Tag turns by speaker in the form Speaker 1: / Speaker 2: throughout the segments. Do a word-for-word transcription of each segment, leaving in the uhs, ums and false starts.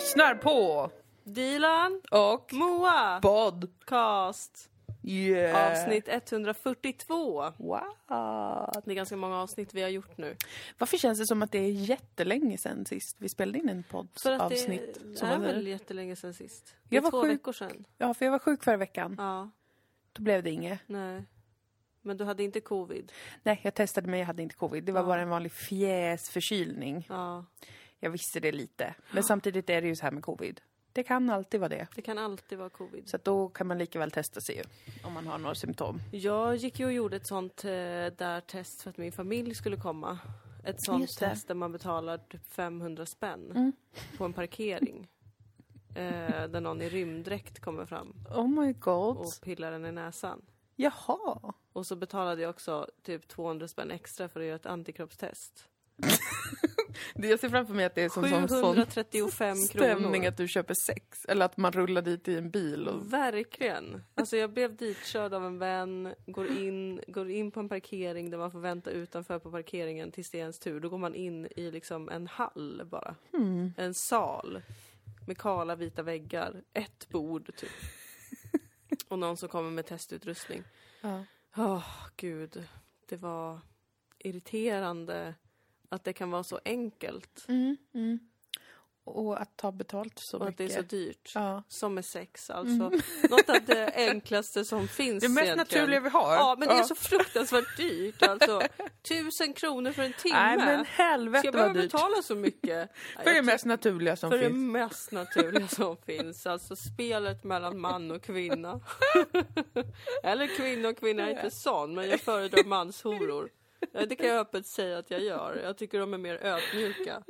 Speaker 1: lyssnar på
Speaker 2: Dilan
Speaker 1: och
Speaker 2: Moa
Speaker 1: podcast.
Speaker 2: Yeah. Avsnitt etthundrafyrtiotvå.
Speaker 1: Wow.
Speaker 2: Det är ganska många avsnitt vi har gjort nu.
Speaker 1: Varför känns det som att det är jättelänge sedan sist vi spelade in en poddavsnitt?
Speaker 2: Det är väl jättelänge sedan sist. Det
Speaker 1: jag
Speaker 2: är
Speaker 1: var
Speaker 2: två
Speaker 1: sjuk.
Speaker 2: veckor sedan.
Speaker 1: Ja, för jag var sjuk förra veckan.
Speaker 2: Ja.
Speaker 1: Då blev det inget.
Speaker 2: Nej. Men du hade inte covid?
Speaker 1: Nej, jag testade men jag hade inte covid. Det var
Speaker 2: ja.
Speaker 1: bara en vanlig fjäsförkylning.
Speaker 2: Ja.
Speaker 1: Jag visste det lite. Men samtidigt är det ju så här med covid. Det kan alltid vara det.
Speaker 2: Det kan alltid vara covid.
Speaker 1: Så att då kan man lika väl testa sig om man har några symptom.
Speaker 2: Jag gick ju och gjorde ett sånt eh, där test för att min familj skulle komma. Ett sånt test där man betalar typ femhundra spänn
Speaker 1: mm.
Speaker 2: på en parkering. eh, där någon i rymddräkt kommer fram.
Speaker 1: Oh my god.
Speaker 2: Och pillar den i näsan.
Speaker 1: Jaha.
Speaker 2: Och så betalade jag också typ tvåhundra spänn extra för att göra ett antikroppstest.
Speaker 1: Det jag ser framför mig att det är som
Speaker 2: sjuhundratrettiofem
Speaker 1: sån
Speaker 2: kronor.
Speaker 1: stämning att du köper sex. Eller att man rullar dit i en bil. Och...
Speaker 2: Verkligen. Alltså jag blev ditkörd av en vän. Går in, går in på en parkering där man får vänta utanför på parkeringen tills det är ens tur. Då går man in i liksom en hall bara.
Speaker 1: Mm.
Speaker 2: En sal. Med kala vita väggar. Ett bord typ. Och någon som kommer med testutrustning.
Speaker 1: Ja.
Speaker 2: Åh, oh, gud. Det var irriterande att det kan vara så enkelt.
Speaker 1: Mm, mm. Och att ta betalt så
Speaker 2: och
Speaker 1: mycket.
Speaker 2: Och att det är så dyrt.
Speaker 1: Ja.
Speaker 2: Som med sex. Alltså, mm. något av det enklaste som finns.
Speaker 1: Det mest
Speaker 2: egentligen.
Speaker 1: naturliga vi har.
Speaker 2: Ja, men
Speaker 1: ja.
Speaker 2: det är så fruktansvärt dyrt. Alltså, tusen kronor för en timme.
Speaker 1: Nej, men helvete.
Speaker 2: Ska jag behöva betala så mycket?
Speaker 1: För det mest naturliga som
Speaker 2: för
Speaker 1: finns.
Speaker 2: För det mest naturliga som finns. Alltså spelet mellan man och kvinna. Eller kvinna och kvinna är inte sån. Men jag föredrar manshoror. Det kan jag öppet säga att jag gör. Jag tycker de är mer ödmjuka.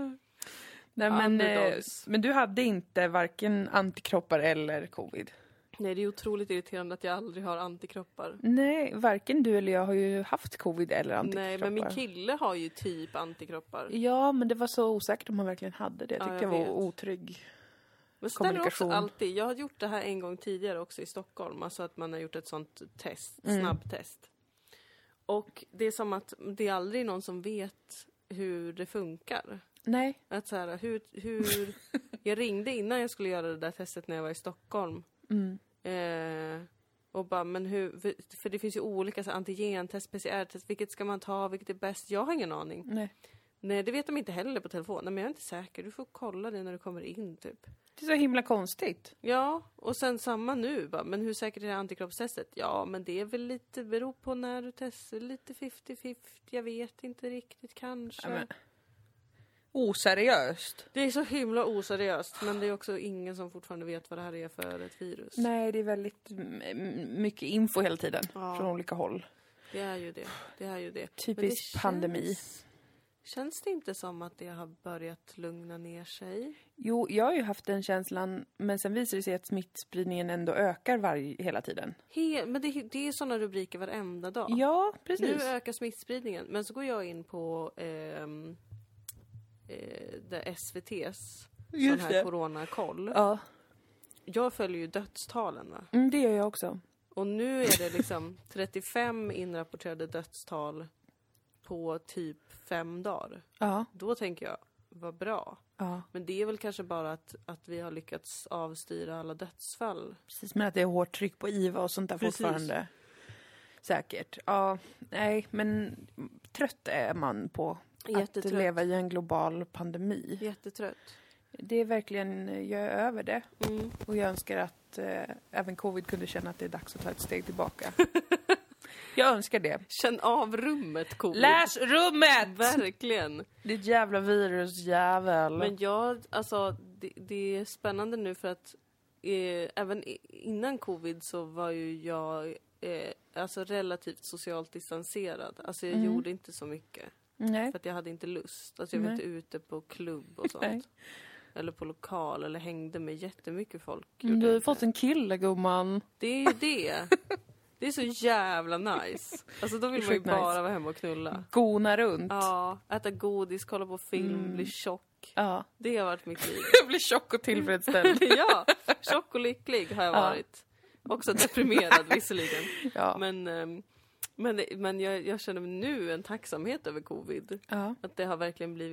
Speaker 1: Nej, men, eh, men du hade inte varken antikroppar eller covid?
Speaker 2: Nej, det är otroligt irriterande att jag aldrig har antikroppar.
Speaker 1: Nej, varken du eller jag har ju haft covid eller antikroppar.
Speaker 2: Nej, men min kille har ju typ antikroppar.
Speaker 1: Ja, men det var så osäkert om han verkligen hade det. Jag tyckte
Speaker 2: ja, jag
Speaker 1: jag
Speaker 2: vet.
Speaker 1: var otrygg.
Speaker 2: Men ställer också alltid. Jag har gjort det här en gång tidigare också i Stockholm. Alltså att man har gjort ett sånt test,
Speaker 1: mm.
Speaker 2: snabbtest. Och det är som att det är aldrig någon som vet hur det funkar.
Speaker 1: Nej.
Speaker 2: Att så här, hur, hur... jag ringde innan jag skulle göra det där testet när jag var i Stockholm.
Speaker 1: Mm.
Speaker 2: Eh, och bara, men hur... För, för det finns ju olika så antigentest, P C R-test. Vilket ska man ta? Vilket är bäst? Jag har ingen aning.
Speaker 1: Nej.
Speaker 2: Nej, det vet de inte heller på telefonen. Men jag är inte säker. Du får kolla det när du kommer in, typ.
Speaker 1: Det är så himla konstigt.
Speaker 2: Ja, och sen samma nu. Bara, men hur säkert är det antikroppstestet? Ja, men det är väl lite... Beror på när du testar. Lite femtio femtio. Jag vet inte riktigt, kanske.
Speaker 1: Ja, men... Oseriöst.
Speaker 2: Det är så himla oseriöst. Men det är också ingen som fortfarande vet vad det här är för ett virus.
Speaker 1: Nej, det är väldigt m- mycket info hela tiden. Ja. Från olika håll.
Speaker 2: Det är ju det. Det är ju det.
Speaker 1: Typisk
Speaker 2: det
Speaker 1: pandemi.
Speaker 2: Känns, känns det inte som att det har börjat lugna ner sig?
Speaker 1: Jo, jag har ju haft den känslan. Men sen visar det sig att smittspridningen ändå ökar varje, hela tiden.
Speaker 2: He, men det, det är sådana rubriker varenda dag.
Speaker 1: Ja, precis.
Speaker 2: Nu ökar smittspridningen. Men så går jag in på... Ehm, Eh, det S V T:s sån här coronakoll.
Speaker 1: Ja.
Speaker 2: Jag följer ju dödstalen, va?
Speaker 1: Mm, det gör jag också.
Speaker 2: Och nu är det liksom trettiofem inrapporterade dödstal på typ fem dagar.
Speaker 1: Ja.
Speaker 2: Då tänker jag, vad bra.
Speaker 1: Ja.
Speaker 2: Men det är väl kanske bara att, att vi har lyckats avstyra alla dödsfall.
Speaker 1: Precis, men att det är hårt tryck på I V A och sånt där. Precis. Fortfarande. Säkert. Ja, nej, men trött är man på
Speaker 2: Jättetrött.
Speaker 1: Att leva i en global pandemi.
Speaker 2: Jättetrött.
Speaker 1: Det är verkligen, jag är över det.
Speaker 2: Mm.
Speaker 1: Och jag önskar att eh, även covid kunde känna att det är dags att ta ett steg tillbaka. Jag önskar det.
Speaker 2: Känn av rummet, covid.
Speaker 1: Läs rummet!
Speaker 2: Verkligen.
Speaker 1: Ditt jävla virusjävel.
Speaker 2: Men jag, alltså, det, det är spännande nu för att eh, även innan covid så var ju jag eh, alltså relativt socialt distanserad. Alltså jag mm. gjorde inte så mycket.
Speaker 1: Nej.
Speaker 2: För att jag hade inte lust. Alltså jag var
Speaker 1: Nej.
Speaker 2: inte ute på klubb och sånt.
Speaker 1: Nej.
Speaker 2: Eller på lokal. Eller hängde med jättemycket folk.
Speaker 1: Mm, du har fått en kille, gumman.
Speaker 2: Det är ju det. Det är så jävla nice. Alltså då vill man ju bara nice. Vara hemma och knulla.
Speaker 1: Gona runt.
Speaker 2: Ja, äta godis, kolla på film, mm. bli tjock.
Speaker 1: Ja.
Speaker 2: Det har varit mitt liv.
Speaker 1: Jag blir tjock och tillfredsställd.
Speaker 2: Ja, tjock och lycklig har jag varit. Ja. Också deprimerad visserligen.
Speaker 1: Ja.
Speaker 2: Men... Um, Men, men jag, jag känner nu en tacksamhet över covid.
Speaker 1: Ja.
Speaker 2: Att det har verkligen blivit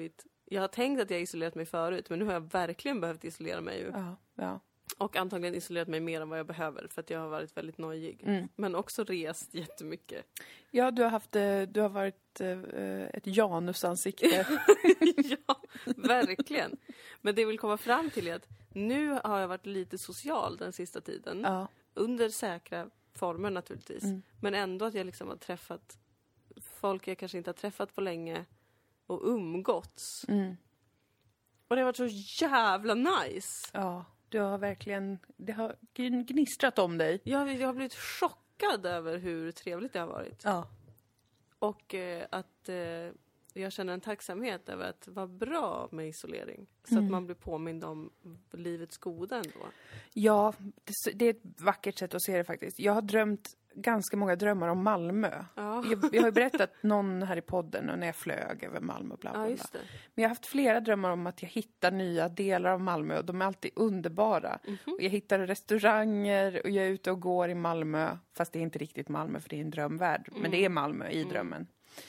Speaker 2: jag har tänkt att jag har isolerat mig förut, men nu har jag verkligen behövt isolera mig ju.
Speaker 1: Ja, ja.
Speaker 2: Och antagligen isolerat mig mer än vad jag behöver, för att jag har varit väldigt nojig.
Speaker 1: Mm.
Speaker 2: Men också rest jättemycket.
Speaker 1: Ja, du har haft, eh, du har varit eh, ett janusansikte.
Speaker 2: Ja, verkligen. Men det jag vill komma fram till är att nu har jag varit lite social den sista tiden.
Speaker 1: Ja.
Speaker 2: Under säkra former naturligtvis.
Speaker 1: Mm.
Speaker 2: Men ändå att jag liksom har träffat folk jag kanske inte har träffat på länge och umgåtts.
Speaker 1: Mm.
Speaker 2: Och det har varit så jävla nice.
Speaker 1: Ja, du har verkligen, det har gnistrat om dig.
Speaker 2: Jag, jag har blivit chockad över hur trevligt det har varit.
Speaker 1: Ja.
Speaker 2: Och eh, att eh, jag känner en tacksamhet över att vara bra med isolering. Så
Speaker 1: Mm.
Speaker 2: att man blir påmind om livets goda ändå.
Speaker 1: Ja, det, det är ett vackert sätt att se det faktiskt. Jag har drömt ganska många drömmar om Malmö.
Speaker 2: Ja,
Speaker 1: Jag, jag har ju berättat någon här i podden och när jag flög över Malmö och bla, bla,
Speaker 2: ja
Speaker 1: bla.
Speaker 2: just det.
Speaker 1: Men jag har haft flera drömmar om att jag hittar nya delar av Malmö och de är alltid underbara.
Speaker 2: Mhm.
Speaker 1: Och jag hittar restauranger och jag är ute och går i Malmö, fast det är inte riktigt Malmö för det är en drömvärld.
Speaker 2: Mm.
Speaker 1: Men det är Malmö i
Speaker 2: Mm.
Speaker 1: drömmen.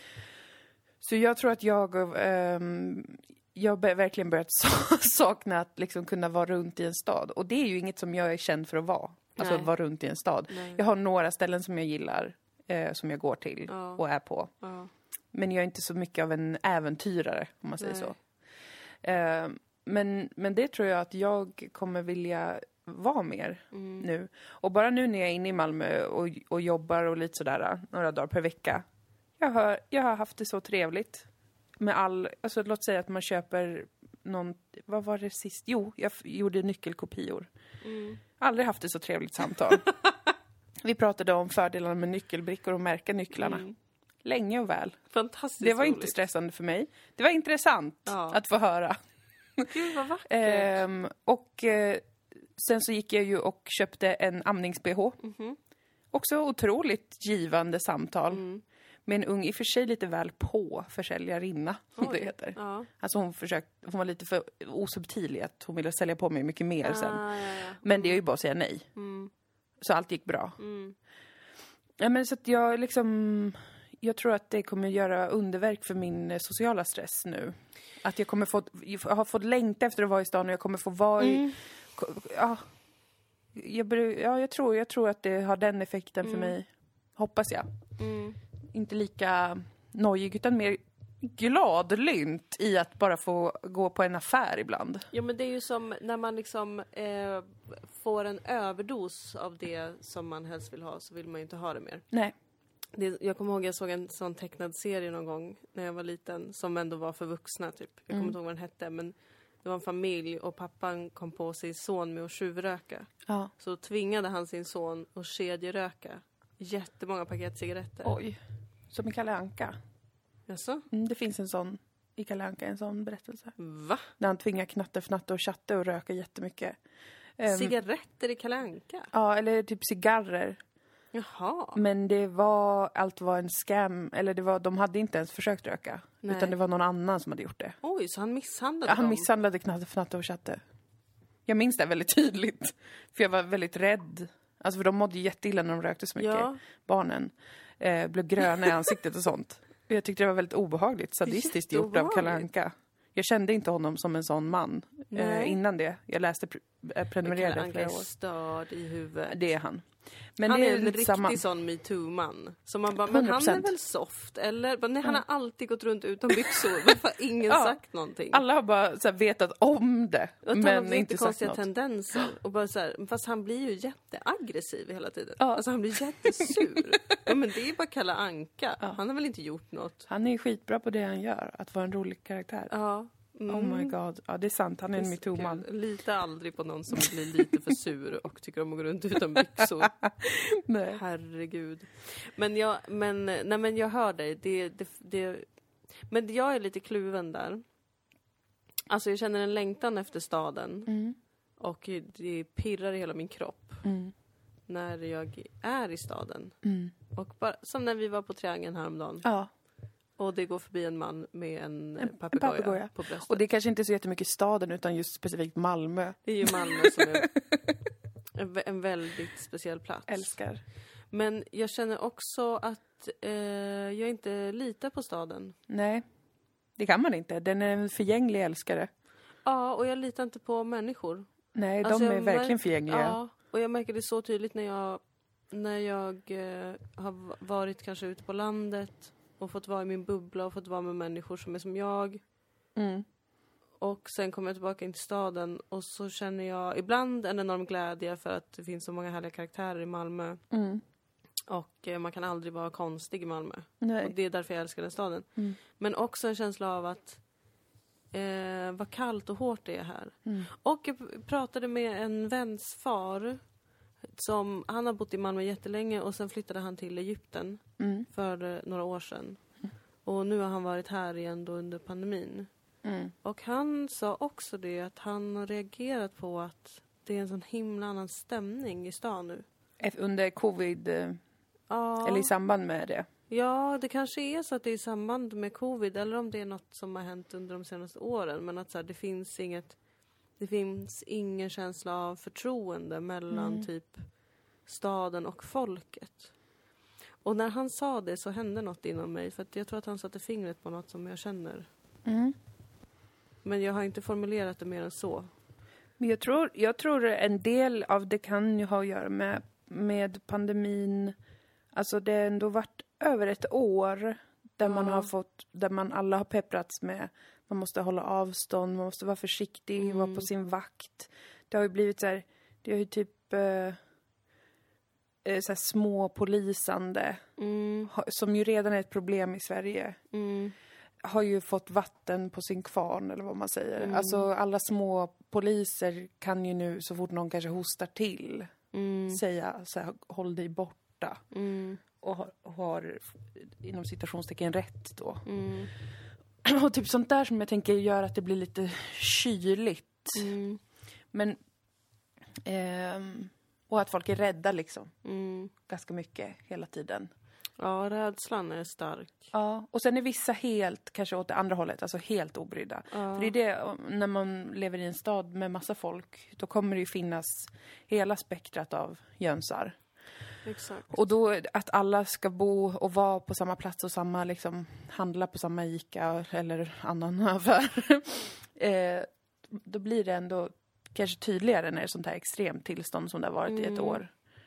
Speaker 1: Så jag tror att jag, ehm, jag har verkligen börjat sakna att liksom kunna vara runt i en stad. Och det är ju inget som jag är känd för att vara. Alltså
Speaker 2: Nej.
Speaker 1: att vara runt i en stad.
Speaker 2: Nej.
Speaker 1: Jag har några ställen som jag gillar, eh, som jag går till
Speaker 2: Ja.
Speaker 1: och är på.
Speaker 2: Ja.
Speaker 1: Men jag är inte så mycket av en äventyrare, om man säger
Speaker 2: Nej.
Speaker 1: så. Eh, men, men det tror jag att jag kommer vilja vara mer
Speaker 2: Mm.
Speaker 1: nu. Och bara nu när jag är inne i Malmö och, och jobbar och lite sådär, några dagar per vecka. Jag har, jag har haft det så trevligt. Med all, alltså låt säga att man köper någon, vad var det sist? Jo, jag f- gjorde nyckelkopior.
Speaker 2: Mm.
Speaker 1: Aldrig haft ett så trevligt samtal. Vi pratade om fördelarna med nyckelbrickor och märka nycklarna.
Speaker 2: Mm.
Speaker 1: Länge och väl.
Speaker 2: Fantastiskt
Speaker 1: Det var inte
Speaker 2: roligt.
Speaker 1: stressande för mig. Det var intressant
Speaker 2: Ja.
Speaker 1: att få höra.
Speaker 2: Gud vad vackert.
Speaker 1: Ehm, och eh, sen så gick jag ju och köpte en amnings-B H.
Speaker 2: Mhm.
Speaker 1: Också otroligt givande samtal.
Speaker 2: Mm.
Speaker 1: Med en ung, i och för sig lite väl på försäljarinna, som
Speaker 2: Oj.
Speaker 1: det heter.
Speaker 2: Ja.
Speaker 1: Alltså hon försökte, hon var lite för osubtil i att hon ville sälja på mig mycket mer sen.
Speaker 2: Ah, ja, ja.
Speaker 1: Men det är ju bara att säga nej.
Speaker 2: Mm.
Speaker 1: Så allt gick bra.
Speaker 2: Mm.
Speaker 1: Ja, men så att jag liksom, jag tror att det kommer göra underverk för min eh, sociala stress nu. Att jag kommer få, jag har fått längta efter att vara i stan och jag kommer få vara i,
Speaker 2: Mm.
Speaker 1: ko- ja, jag, bru- ja, jag tror, jag tror att det har den effekten för
Speaker 2: Mm.
Speaker 1: mig. Hoppas jag.
Speaker 2: Mm.
Speaker 1: Inte lika nojig utan mer gladlynt i att bara få gå på en affär ibland.
Speaker 2: Ja, men det är ju som när man liksom eh, får en överdos av det som man helst vill ha, så vill man ju inte ha det mer.
Speaker 1: Nej.
Speaker 2: Det, jag kommer ihåg jag såg en sån tecknad serie någon gång när jag var liten som ändå var för vuxna typ. Jag kommer
Speaker 1: Mm.
Speaker 2: inte ihåg vad den hette, men det var en familj och pappan kom på sin son med att tjuvröka.
Speaker 1: Ja.
Speaker 2: Så tvingade han sin son att kedjeröka jättemånga paket cigaretter.
Speaker 1: Oj. Som i Kalle Anka.
Speaker 2: Jaså?
Speaker 1: Mm, det finns en sån i Kalle Anka, en sån berättelse.
Speaker 2: Va?
Speaker 1: När han tvingar Knatte, Fnatte och Chatte och röka jättemycket. Ehm,
Speaker 2: Cigaretter i Kalle Anka?
Speaker 1: ja, eller typ cigarrer.
Speaker 2: Jaha.
Speaker 1: Men det var, allt var en scam. Eller det var, de hade inte ens försökt röka.
Speaker 2: Nej.
Speaker 1: Utan det var någon annan som hade gjort det.
Speaker 2: Oj, så han misshandlade
Speaker 1: Ja, han
Speaker 2: dem?
Speaker 1: misshandlade Knatte, Fnatte och Chatte. Jag minns det väldigt tydligt. För jag var väldigt rädd. Alltså för de mådde ju jätteilla när de rökte så mycket.
Speaker 2: Ja.
Speaker 1: Barnen. Eh, blev gröna i ansiktet och sånt. Och jag tyckte det var väldigt obehagligt, sadistiskt gjort av Kalle
Speaker 2: Jätteobehagligt.
Speaker 1: Anka. Jag kände inte honom som en sån man eh,
Speaker 2: Nej.
Speaker 1: innan det. Jag läste, pre- eh,
Speaker 2: Men
Speaker 1: prenumererade
Speaker 2: Kalle Anka
Speaker 1: flera
Speaker 2: är
Speaker 1: år.
Speaker 2: störd i huvudet.
Speaker 1: Det är han. Men
Speaker 2: han
Speaker 1: det
Speaker 2: är
Speaker 1: är
Speaker 2: en
Speaker 1: lite
Speaker 2: riktig
Speaker 1: samma.
Speaker 2: sån MeToo-man. Så man bara, men
Speaker 1: hundra
Speaker 2: han
Speaker 1: procent.
Speaker 2: är väl soft? Eller? Bara, nej, han har alltid gått runt utan byxor. Varför har ingen
Speaker 1: Ja.
Speaker 2: sagt någonting?
Speaker 1: Alla har bara så här, vetat om det,
Speaker 2: Att han
Speaker 1: men
Speaker 2: har
Speaker 1: inte sagt
Speaker 2: konstiga
Speaker 1: något.
Speaker 2: tendenser. Och bara så här, fast han blir ju jätteaggressiv hela tiden.
Speaker 1: Ja.
Speaker 2: Alltså han blir jättesur. Ja, men det är ju bara Kalle Anka.
Speaker 1: Ja.
Speaker 2: Han har väl inte gjort något?
Speaker 1: Han är ju skitbra på det han gör, att vara en rolig karaktär.
Speaker 2: Ja. Mm.
Speaker 1: Oh my god, ja det är sant, han är en
Speaker 2: Det är så
Speaker 1: MeToo-man.
Speaker 2: kul. Lita aldrig på någon som blir lite för sur och tycker om att gå runt utan byxor.
Speaker 1: Nej.
Speaker 2: Herregud. Men jag, men, nej men jag hör dig. Det, det, det, men jag är lite kluven där. Alltså jag känner en längtan efter staden.
Speaker 1: Mm.
Speaker 2: Och det pirrar i hela min kropp
Speaker 1: Mm.
Speaker 2: när jag är i staden.
Speaker 1: Mm.
Speaker 2: Och bara, som när vi var på Triangeln häromdagen.
Speaker 1: Ja,
Speaker 2: Och det går förbi en man med en,
Speaker 1: En-
Speaker 2: en papegoja
Speaker 1: en papegoja.
Speaker 2: på bröstet.
Speaker 1: och det är kanske inte så jättemycket staden utan just specifikt Malmö.
Speaker 2: Det är ju Malmö som är en, vä- en väldigt speciell plats.
Speaker 1: Älskar.
Speaker 2: Men jag känner också att eh, jag inte litar på staden.
Speaker 1: Nej. det kan man inte. Den är en förgänglig älskare.
Speaker 2: Ja, och jag litar inte på människor.
Speaker 1: Nej,
Speaker 2: Alltså,
Speaker 1: de är
Speaker 2: jag
Speaker 1: verkligen
Speaker 2: märk-
Speaker 1: förgängliga.
Speaker 2: Ja, och jag märker det så tydligt när jag, när jag eh, har varit kanske ute på landet och fått vara i min bubbla och fått vara med människor som är som jag.
Speaker 1: Mm.
Speaker 2: Och sen kommer jag tillbaka in till staden och så känner jag ibland en enorm glädje för att det finns så många härliga karaktärer i Malmö.
Speaker 1: Mm.
Speaker 2: Och eh, man kan aldrig vara konstig i Malmö.
Speaker 1: Nej.
Speaker 2: Och det är därför jag älskar den staden.
Speaker 1: Mm.
Speaker 2: Men också en känsla av att eh, vad kallt och hårt det är här.
Speaker 1: Mm.
Speaker 2: Och jag p- pratade med en väns far. Som, han har bott i Malmö jättelänge och sen flyttade han till Egypten
Speaker 1: Mm.
Speaker 2: för eh, några år sedan. Och nu har han varit här igen då under pandemin.
Speaker 1: Mm.
Speaker 2: Och han sa också det att han har reagerat på att det är en sån himla annan stämning i stan nu.
Speaker 1: Eff- Under covid, eh,
Speaker 2: Ja.
Speaker 1: eller i samband med det.
Speaker 2: Ja, det kanske är så att det är i samband med covid eller om det är något som har hänt under de senaste åren. Men att så här, det finns inget, det finns ingen känsla av förtroende mellan
Speaker 1: Mm.
Speaker 2: typ staden och folket. Och när han sa det så hände något inom mig. För att jag tror att han satte fingret på något som jag känner.
Speaker 1: Mm.
Speaker 2: Men jag har inte formulerat det mer än så.
Speaker 1: Men jag tror, jag tror en del av det kan ju ha att göra med, med pandemin. Alltså det har ändå varit över ett år där man
Speaker 2: Ja.
Speaker 1: har fått, där man alla har pepprats med. Man måste hålla avstånd, man måste vara försiktig,
Speaker 2: Mm.
Speaker 1: vara på sin vakt. Det har ju blivit så här, det har ju typ eh, eh, så här små polisande,
Speaker 2: Mm,
Speaker 1: ha- som ju redan är ett problem i Sverige.
Speaker 2: mm,
Speaker 1: Har ju fått vatten på sin kvarn eller vad man säger.
Speaker 2: Mm.
Speaker 1: Alltså alla små poliser kan ju nu så fort någon kanske hostar till
Speaker 2: mm,
Speaker 1: säga så här, håll dig borta.
Speaker 2: mm,
Speaker 1: Och har, har inom citationstecken rätt då.
Speaker 2: mm,
Speaker 1: Och typ sånt där som jag tänker gör att det blir lite kyligt.
Speaker 2: mm,
Speaker 1: Men ehm, och att folk är rädda liksom.
Speaker 2: mm.
Speaker 1: Ganska mycket hela tiden.
Speaker 2: Ja, rädslan är stark.
Speaker 1: Ja, och sen är vissa helt, kanske åt det andra hållet, alltså helt obrydda.
Speaker 2: Ja.
Speaker 1: För det är det, när man lever i en stad med massa folk, då kommer det ju finnas hela spektrat av jönsar.
Speaker 2: Exakt.
Speaker 1: Och då att alla ska bo och vara på samma plats och samma, liksom, handla på samma Ica eller annan affär. eh, då blir det ändå kanske tydligare när det är sånt här extremt tillstånd som det har varit i ett
Speaker 2: Mm.
Speaker 1: år.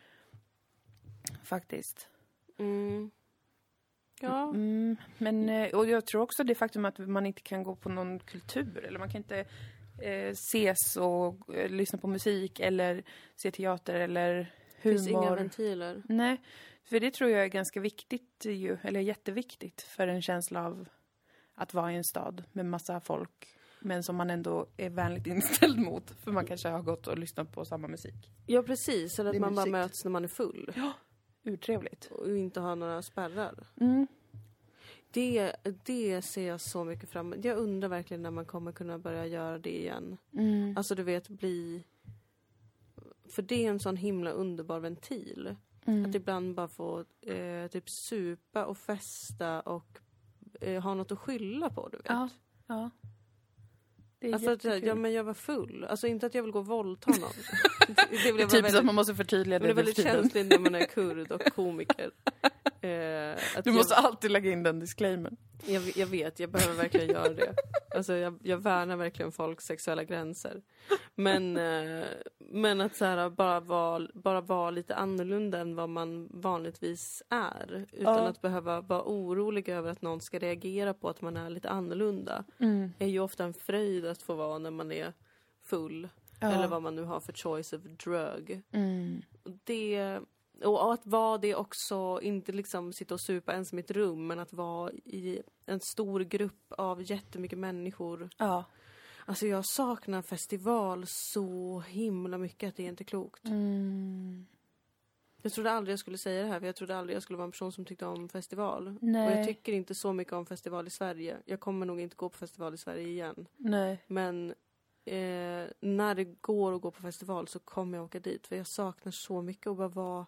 Speaker 1: Faktiskt.
Speaker 2: Mm. Ja.
Speaker 1: Mm, men, eh, och jag tror också det faktum att man inte kan gå på någon kultur eller man kan inte eh, ses och eh, lyssna på musik eller se teater eller
Speaker 2: Det finns inga
Speaker 1: humor.
Speaker 2: ventiler.
Speaker 1: Nej, för det tror jag är ganska viktigt ju, eller jätteviktigt för en känsla av att vara i en stad med massa folk. Men som man ändå är vänligt inställd mot. För man kanske har gått och lyssnat på samma musik.
Speaker 2: Ja, precis. Eller
Speaker 1: Det
Speaker 2: att
Speaker 1: är
Speaker 2: man bara
Speaker 1: musik.
Speaker 2: möts när man är full.
Speaker 1: Urtrevligt.
Speaker 2: Och inte har några spärrar.
Speaker 1: Mm.
Speaker 2: Det, det ser jag så mycket fram emot. Jag undrar verkligen när man kommer kunna börja göra det igen.
Speaker 1: Mm.
Speaker 2: Alltså du vet, bli... För det är en sån himla underbar ventil.
Speaker 1: Mm.
Speaker 2: Att ibland bara få eh, typ supa och festa och eh, ha något att skylla på, du vet.
Speaker 1: Ja, ja. Det är
Speaker 2: Alltså att,
Speaker 1: jättekul.
Speaker 2: ja, men jag var full. Alltså inte att jag vill gå och våldta någon. det vill jag
Speaker 1: Det är
Speaker 2: vara
Speaker 1: typ så
Speaker 2: väldigt,
Speaker 1: att man måste förtydliga
Speaker 2: men det
Speaker 1: det.
Speaker 2: är väldigt
Speaker 1: nu för tiden.
Speaker 2: känsligt när man är kurd och komiker. Eh, att
Speaker 1: Du
Speaker 2: jag,
Speaker 1: måste alltid lägga in den disclaimern.
Speaker 2: jag, jag vet, jag behöver verkligen göra det. Alltså jag, jag värnar verkligen folks sexuella gränser. Men, eh, men att så här, bara vara bara var lite annorlunda än vad man vanligtvis är. Utan
Speaker 1: Ja.
Speaker 2: att behöva vara orolig över att någon ska reagera på att man är lite annorlunda.
Speaker 1: Mm.
Speaker 2: Är ju ofta en fröjd att få vara när man är full.
Speaker 1: Ja.
Speaker 2: Eller vad man nu har för choice of drug.
Speaker 1: Mm.
Speaker 2: Det, och att vara det också, inte liksom sitta och supa ensam i ett rum, men att vara i en stor grupp av jättemycket människor.
Speaker 1: Ja.
Speaker 2: Alltså jag saknar festival så himla mycket att det är inte klokt.
Speaker 1: Mm.
Speaker 2: Jag trodde aldrig jag skulle säga det här, för jag trodde aldrig jag skulle vara en person som tyckte om festival.
Speaker 1: Nej.
Speaker 2: Och jag tycker inte så mycket om festival i Sverige. Jag kommer nog inte gå på festival i Sverige igen.
Speaker 1: Nej.
Speaker 2: Men eh, när det går att gå på festival så kommer jag åka dit. För jag saknar så mycket att bara vara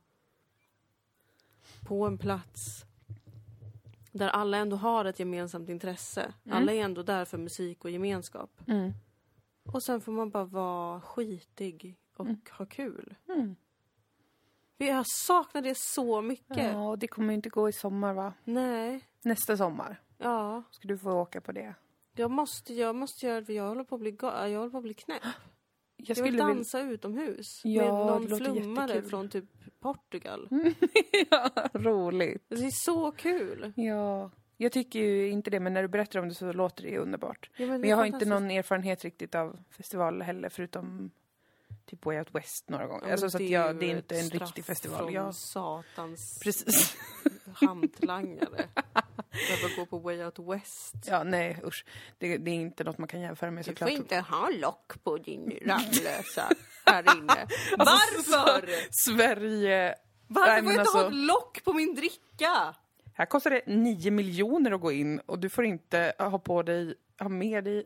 Speaker 2: på en plats där alla ändå har ett gemensamt intresse.
Speaker 1: Mm.
Speaker 2: Alla är ändå där för musik och gemenskap.
Speaker 1: Mm.
Speaker 2: Och sen får man bara vara skitig och
Speaker 1: Mm.
Speaker 2: ha kul.
Speaker 1: Mm.
Speaker 2: Jag saknar det så mycket.
Speaker 1: Ja, och det kommer ju inte gå i sommar va?
Speaker 2: Nej,
Speaker 1: Nästa sommar
Speaker 2: ja.
Speaker 1: ska du få åka på det.
Speaker 2: Jag måste, jag måste göra det, jag håller på att bli, ga- jag håller på att bli knäpp.
Speaker 1: Jag
Speaker 2: Jag
Speaker 1: skulle
Speaker 2: vill dansa vilja... utomhus.
Speaker 1: Ja,
Speaker 2: med
Speaker 1: det
Speaker 2: någon
Speaker 1: låter
Speaker 2: flummare
Speaker 1: jättekul.
Speaker 2: från typ Portugal.
Speaker 1: ja, roligt.
Speaker 2: Det är så kul.
Speaker 1: Ja, jag tycker ju inte det, men när du berättar om det så låter det ju underbart.
Speaker 2: Ja, men
Speaker 1: Men jag har inte
Speaker 2: fantastiskt.
Speaker 1: någon erfarenhet riktigt av festival heller, förutom typ Way Out West några gånger.
Speaker 2: Ja,
Speaker 1: alltså,
Speaker 2: men
Speaker 1: så att
Speaker 2: är
Speaker 1: jag,
Speaker 2: ju
Speaker 1: det är
Speaker 2: ett
Speaker 1: inte en
Speaker 2: straff
Speaker 1: riktig festival.
Speaker 2: Från
Speaker 1: Jag...
Speaker 2: satans
Speaker 1: Precis.
Speaker 2: hantlangare. Behöver gå på Way Out West.
Speaker 1: Ja, nej, usch. Det, det är inte något man kan jämföra med
Speaker 2: Du
Speaker 1: såklart.
Speaker 2: får inte ha lock på din Ramlösa här inne. Varför?
Speaker 1: Sverige...
Speaker 2: Varför
Speaker 1: Nej,
Speaker 2: får
Speaker 1: men
Speaker 2: jag inte
Speaker 1: alltså-
Speaker 2: ha ett lock på min dricka?
Speaker 1: Här kostar det nio miljoner att gå in och du får inte ha på dig, ha med dig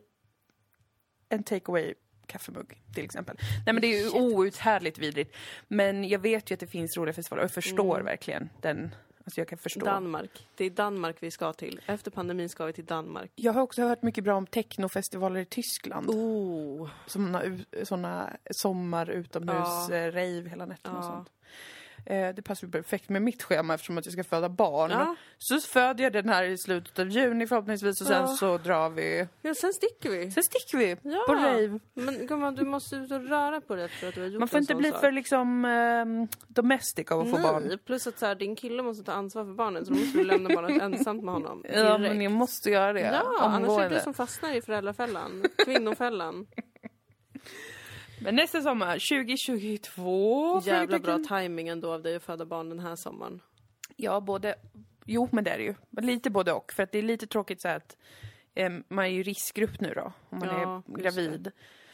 Speaker 1: en takeaway kaffemugg till exempel. Nej, men det är ju outhärdligt vidrigt. Men jag vet ju att det finns roliga festivaler och jag förstår
Speaker 2: Mm.
Speaker 1: verkligen den. Alltså jag kan förstå.
Speaker 2: Danmark. Det är Danmark vi ska till. Efter pandemin ska vi till Danmark.
Speaker 1: Jag har också hört mycket bra om technofestivaler i Tyskland.
Speaker 2: Oh.
Speaker 1: Såna, såna sommar utomhus,
Speaker 2: Ja.
Speaker 1: eh, rave hela nätterna och
Speaker 2: Ja.
Speaker 1: sånt. Eh, det passar ju perfekt med mitt schema eftersom att jag ska föda barn.
Speaker 2: Ja.
Speaker 1: Så föder jag den här i slutet av juni förhoppningsvis och sen
Speaker 2: Ja.
Speaker 1: så drar vi.
Speaker 2: Ja, sen sticker vi.
Speaker 1: Sen sticker vi
Speaker 2: Ja.
Speaker 1: på rave.
Speaker 2: Men gumman, du måste ut och röra på det för att du har gjort
Speaker 1: Man får
Speaker 2: en
Speaker 1: inte
Speaker 2: sån
Speaker 1: bli
Speaker 2: sak.
Speaker 1: för liksom eh, domestic av att få barn.
Speaker 2: Nej, plus att så här, din kille måste ta ansvar för barnen så då måste du lämna barnet ensamt med honom.
Speaker 1: Ja,
Speaker 2: direkt.
Speaker 1: men jag måste göra det.
Speaker 2: Ja, annars är det
Speaker 1: omgående.
Speaker 2: du som fastnar i föräldrafällan. Kvinnofällan.
Speaker 1: Men nästa sommar, tjugo tjugotvå.
Speaker 2: Jävla bra
Speaker 1: frågetecken.
Speaker 2: timing ändå av dig att föda barn den här sommaren.
Speaker 1: Ja, både... Jo, men det är det ju. Lite både och. För att det är lite tråkigt så att eh, man är ju riskgrupp nu då. Om man
Speaker 2: Ja,
Speaker 1: är
Speaker 2: just
Speaker 1: gravid.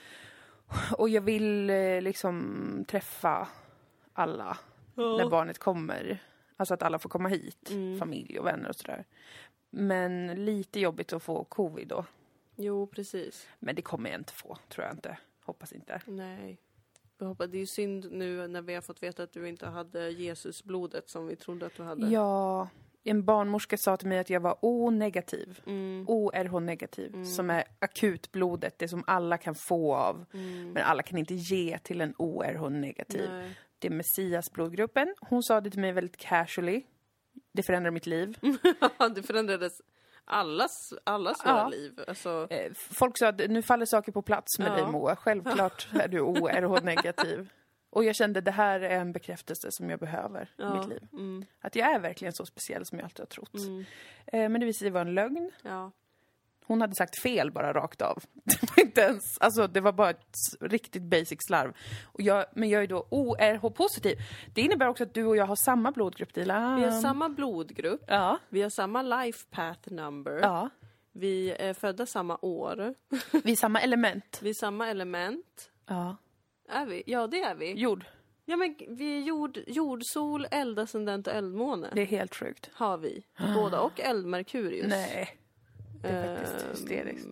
Speaker 1: Och jag vill eh, liksom träffa alla när barnet kommer. Alltså att alla får komma hit.
Speaker 2: Mm.
Speaker 1: Familj och vänner och sådär. Men lite jobbigt att få covid då.
Speaker 2: Jo, precis.
Speaker 1: Men det kommer jag inte få, tror jag inte. Hoppas inte.
Speaker 2: Nej. Jag hoppas, det är ju synd nu när vi har fått veta att du inte hade Jesusblodet som vi trodde att du hade.
Speaker 1: Ja, en barnmorska sa till mig att jag var O-negativ.
Speaker 2: Mm.
Speaker 1: O R H-negativ. Som är akutblodet, det som alla kan få av.
Speaker 2: Mm.
Speaker 1: Men alla kan inte ge till en O R H-negativ.
Speaker 2: Nej.
Speaker 1: Det är Messias blodgruppen. Hon sa det till mig väldigt casually. Det förändrar mitt liv.
Speaker 2: Det förändrades allas, allas våra
Speaker 1: Ja.
Speaker 2: liv. Alltså,
Speaker 1: Eh, Folk sa att nu faller saker på plats med
Speaker 2: Ja.
Speaker 1: dig, Moa. Självklart är du O R H-negativ. Och jag kände det här är en bekräftelse som jag behöver i
Speaker 2: ja.
Speaker 1: mitt liv.
Speaker 2: Mm.
Speaker 1: Att jag är verkligen så speciell som jag alltid har trott.
Speaker 2: Mm.
Speaker 1: Eh, Men det visade sig vara en lögn.
Speaker 2: Ja.
Speaker 1: Hon hade sagt fel bara rakt av. Det var inte ens, alltså det var bara ett riktigt basic slarv. Och jag, men jag är då O R H-positiv. Det innebär också att du och jag har samma blodgrupp, Dilan.
Speaker 2: Vi har samma blodgrupp.
Speaker 1: Ja.
Speaker 2: Vi har samma life path number.
Speaker 1: Ja.
Speaker 2: Vi är födda samma år.
Speaker 1: Vi är samma element.
Speaker 2: Vi är samma element.
Speaker 1: Ja.
Speaker 2: Är vi? Ja, det är vi.
Speaker 1: Jord.
Speaker 2: Ja, men vi är jord, jord sol, eldascendent och eldmåne.
Speaker 1: Det är helt sjukt.
Speaker 2: Har vi. Båda. Och eldmerkurius.
Speaker 1: Nej. Det är faktiskt
Speaker 2: Ehm,
Speaker 1: hysteriskt.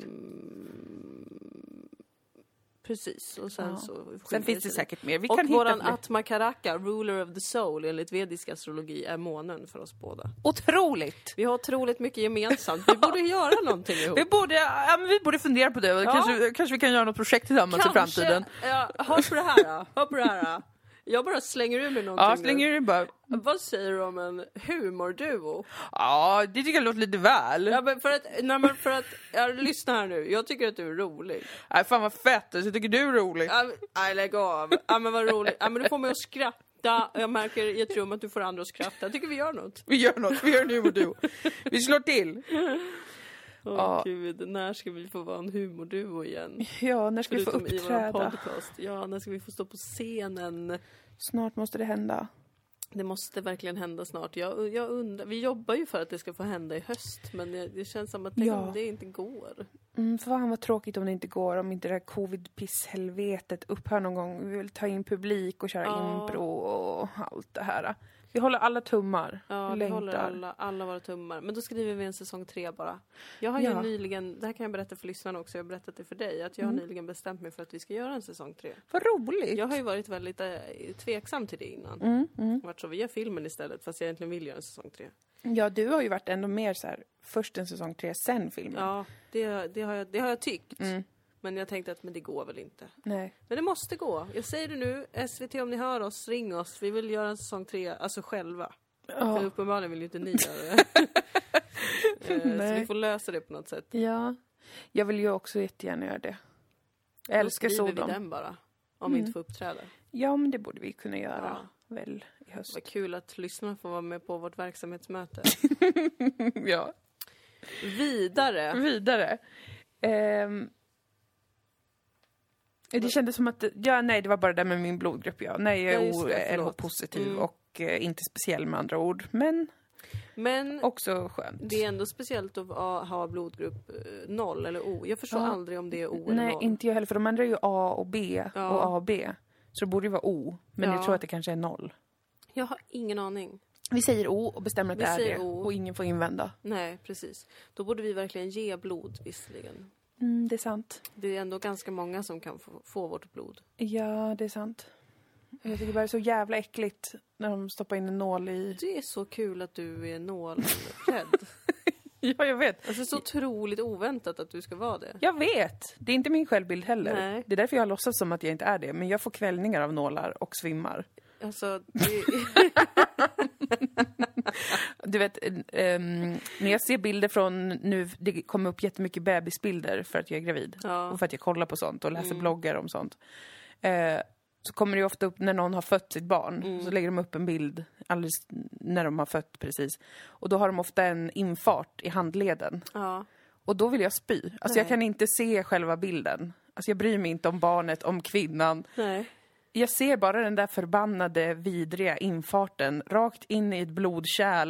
Speaker 2: Precis. Och sen
Speaker 1: Ja.
Speaker 2: så
Speaker 1: Sen finns det säkert mer. Vi
Speaker 2: och
Speaker 1: kan
Speaker 2: våran
Speaker 1: hitta fler.
Speaker 2: Atma Karaka, ruler of the soul, enligt vedisk astrologi är månen för oss båda.
Speaker 1: Otroligt!
Speaker 2: Vi har otroligt mycket gemensamt. Vi borde göra någonting ihop.
Speaker 1: Vi borde, ja, men vi borde fundera på det.
Speaker 2: Ja.
Speaker 1: Kanske, kanske vi kan göra något projekt tillsammans i framtiden.
Speaker 2: Ja, hör på det här då. Hör på det här då. Jag bara slänger ur mig någonting
Speaker 1: Ja, slänger
Speaker 2: nu.
Speaker 1: du bara...
Speaker 2: Vad säger du om en humorduo?
Speaker 1: Ja, det tycker jag låter lite väl.
Speaker 2: Ja, men för att, nej, men för att, ja, lyssna här nu. Jag tycker att du är rolig.
Speaker 1: Nej, fan vad fett. Så jag tycker du är rolig.
Speaker 2: Ja, men- Nej, lägg av. Ja, men vad roligt. Ja, men du får mig att skratta. Jag märker i ett rum att du får andra att skratta. Jag tycker vi gör något.
Speaker 1: Vi gör något, vi gör en humorduo. Vi slår till.
Speaker 2: Åh
Speaker 1: Ja.
Speaker 2: gud, när ska vi få vara en humorduo igen?
Speaker 1: Ja, när ska vi få
Speaker 2: Förutom i vår
Speaker 1: uppträda?
Speaker 2: podcast. Ja, när ska vi få stå på scenen?
Speaker 1: Snart måste det hända.
Speaker 2: Det måste verkligen hända snart. Jag, jag undrar, vi jobbar ju för att det ska få hända i höst. Men det, det känns som att det,
Speaker 1: Ja.
Speaker 2: det inte går.
Speaker 1: Mm, fan vad tråkigt om det inte går. Om inte det här covid-piss-helvetet upphör någon gång. Vi vill ta in publik och köra
Speaker 2: Ja.
Speaker 1: impro och allt det här. Vi håller alla tummar.
Speaker 2: Ja, vi
Speaker 1: Längtar.
Speaker 2: håller alla, alla våra tummar. Men då skriver vi en säsong tre bara. Jag har
Speaker 1: Ja.
Speaker 2: ju nyligen, det här kan jag berätta för lyssnarna också, jag har berättat det för dig, att jag har
Speaker 1: Mm.
Speaker 2: nyligen bestämt mig för att vi ska göra en säsong tre.
Speaker 1: Vad roligt.
Speaker 2: Jag har ju varit väldigt eh, tveksam till det innan.
Speaker 1: Mm, mm.
Speaker 2: Vart så vi gör filmen istället, fast jag egentligen vill göra en säsong tre.
Speaker 1: Ja, du har ju varit ändå mer så här, först en säsong tre, sen filmen.
Speaker 2: Ja, det, det, har, jag, det har jag tyckt.
Speaker 1: Mm.
Speaker 2: Men jag tänkte att men det går väl inte.
Speaker 1: Nej.
Speaker 2: Men det måste gå. Jag säger det nu, S V T om ni hör oss, ring oss. Vi vill göra en säsong tre, alltså själva. För
Speaker 1: Ja.
Speaker 2: uppenbarligen vill ju inte ni göra det. Eh, så
Speaker 1: Nej.
Speaker 2: vi får lösa det på något sätt.
Speaker 1: Ja. Jag vill ju också jättegärna göra det. Jag älskar
Speaker 2: Då skriver
Speaker 1: Sodom.
Speaker 2: vi den bara. Om vi inte får uppträda.
Speaker 1: Ja, men det borde vi kunna göra.
Speaker 2: Ja.
Speaker 1: Väl i höst.
Speaker 2: Vad kul att lyssnarna får vara med på vårt verksamhetsmöte.
Speaker 1: Ja.
Speaker 2: Vidare.
Speaker 1: Vidare. Ehm, det kändes som att, ja nej det var bara det med min blodgrupp, ja. Nej, jag
Speaker 2: Ja,
Speaker 1: är
Speaker 2: just det,
Speaker 1: O-L
Speaker 2: förlåt.
Speaker 1: H-positiv
Speaker 2: Mm.
Speaker 1: och eh, inte speciell med andra ord. Men
Speaker 2: Men
Speaker 1: också skönt.
Speaker 2: det är ändå speciellt att ha ha blodgrupp eh, noll eller O. Jag förstår
Speaker 1: Ja.
Speaker 2: aldrig om det är O eller
Speaker 1: Nej,
Speaker 2: noll.
Speaker 1: inte jag heller, för de andra är ju A och B
Speaker 2: Ja.
Speaker 1: och A och B. Så det borde ju vara O, men
Speaker 2: Ja.
Speaker 1: jag tror att det kanske är noll.
Speaker 2: Jag har ingen aning.
Speaker 1: Vi säger O och bestämmer att
Speaker 2: Vi
Speaker 1: det är
Speaker 2: säger
Speaker 1: det.
Speaker 2: O.
Speaker 1: Och ingen får invända.
Speaker 2: Nej, precis. Då borde vi verkligen ge blod, visserligen.
Speaker 1: Mm, det är sant.
Speaker 2: Det är ändå ganska många som kan få, få vårt blod.
Speaker 1: Ja, det är sant. Jag tycker bara det är så jävla äckligt när de stoppar in en nål i...
Speaker 2: Det är så kul att du är nålrädd.
Speaker 1: Ja, jag vet.
Speaker 2: Alltså så otroligt oväntat att du ska vara det.
Speaker 1: Jag vet! Det är inte min självbild heller.
Speaker 2: Nej.
Speaker 1: Det är därför jag har låtsats som att jag inte är det. Men jag får kvällningar av nålar och svimmar.
Speaker 2: Alltså, det...
Speaker 1: Du vet, um, när jag ser bilder från nu, det kommer upp jättemycket bebisbilder för att jag är gravid.
Speaker 2: Ja.
Speaker 1: Och för att jag kollar på sånt och läser
Speaker 2: Mm.
Speaker 1: bloggar om sånt. Eh, så kommer det ju ofta upp när någon har fött sitt barn.
Speaker 2: Mm.
Speaker 1: Så lägger de upp en bild alldeles när de har fött precis. Och då har de ofta en infart i handleden.
Speaker 2: ja.
Speaker 1: Och då vill jag spy. Alltså jag
Speaker 2: Nej.
Speaker 1: kan inte se själva bilden. Alltså jag bryr mig inte om barnet, om kvinnan.
Speaker 2: Nej.
Speaker 1: Jag ser bara den där förbannade, vidriga infarten rakt in i ett blodkärl.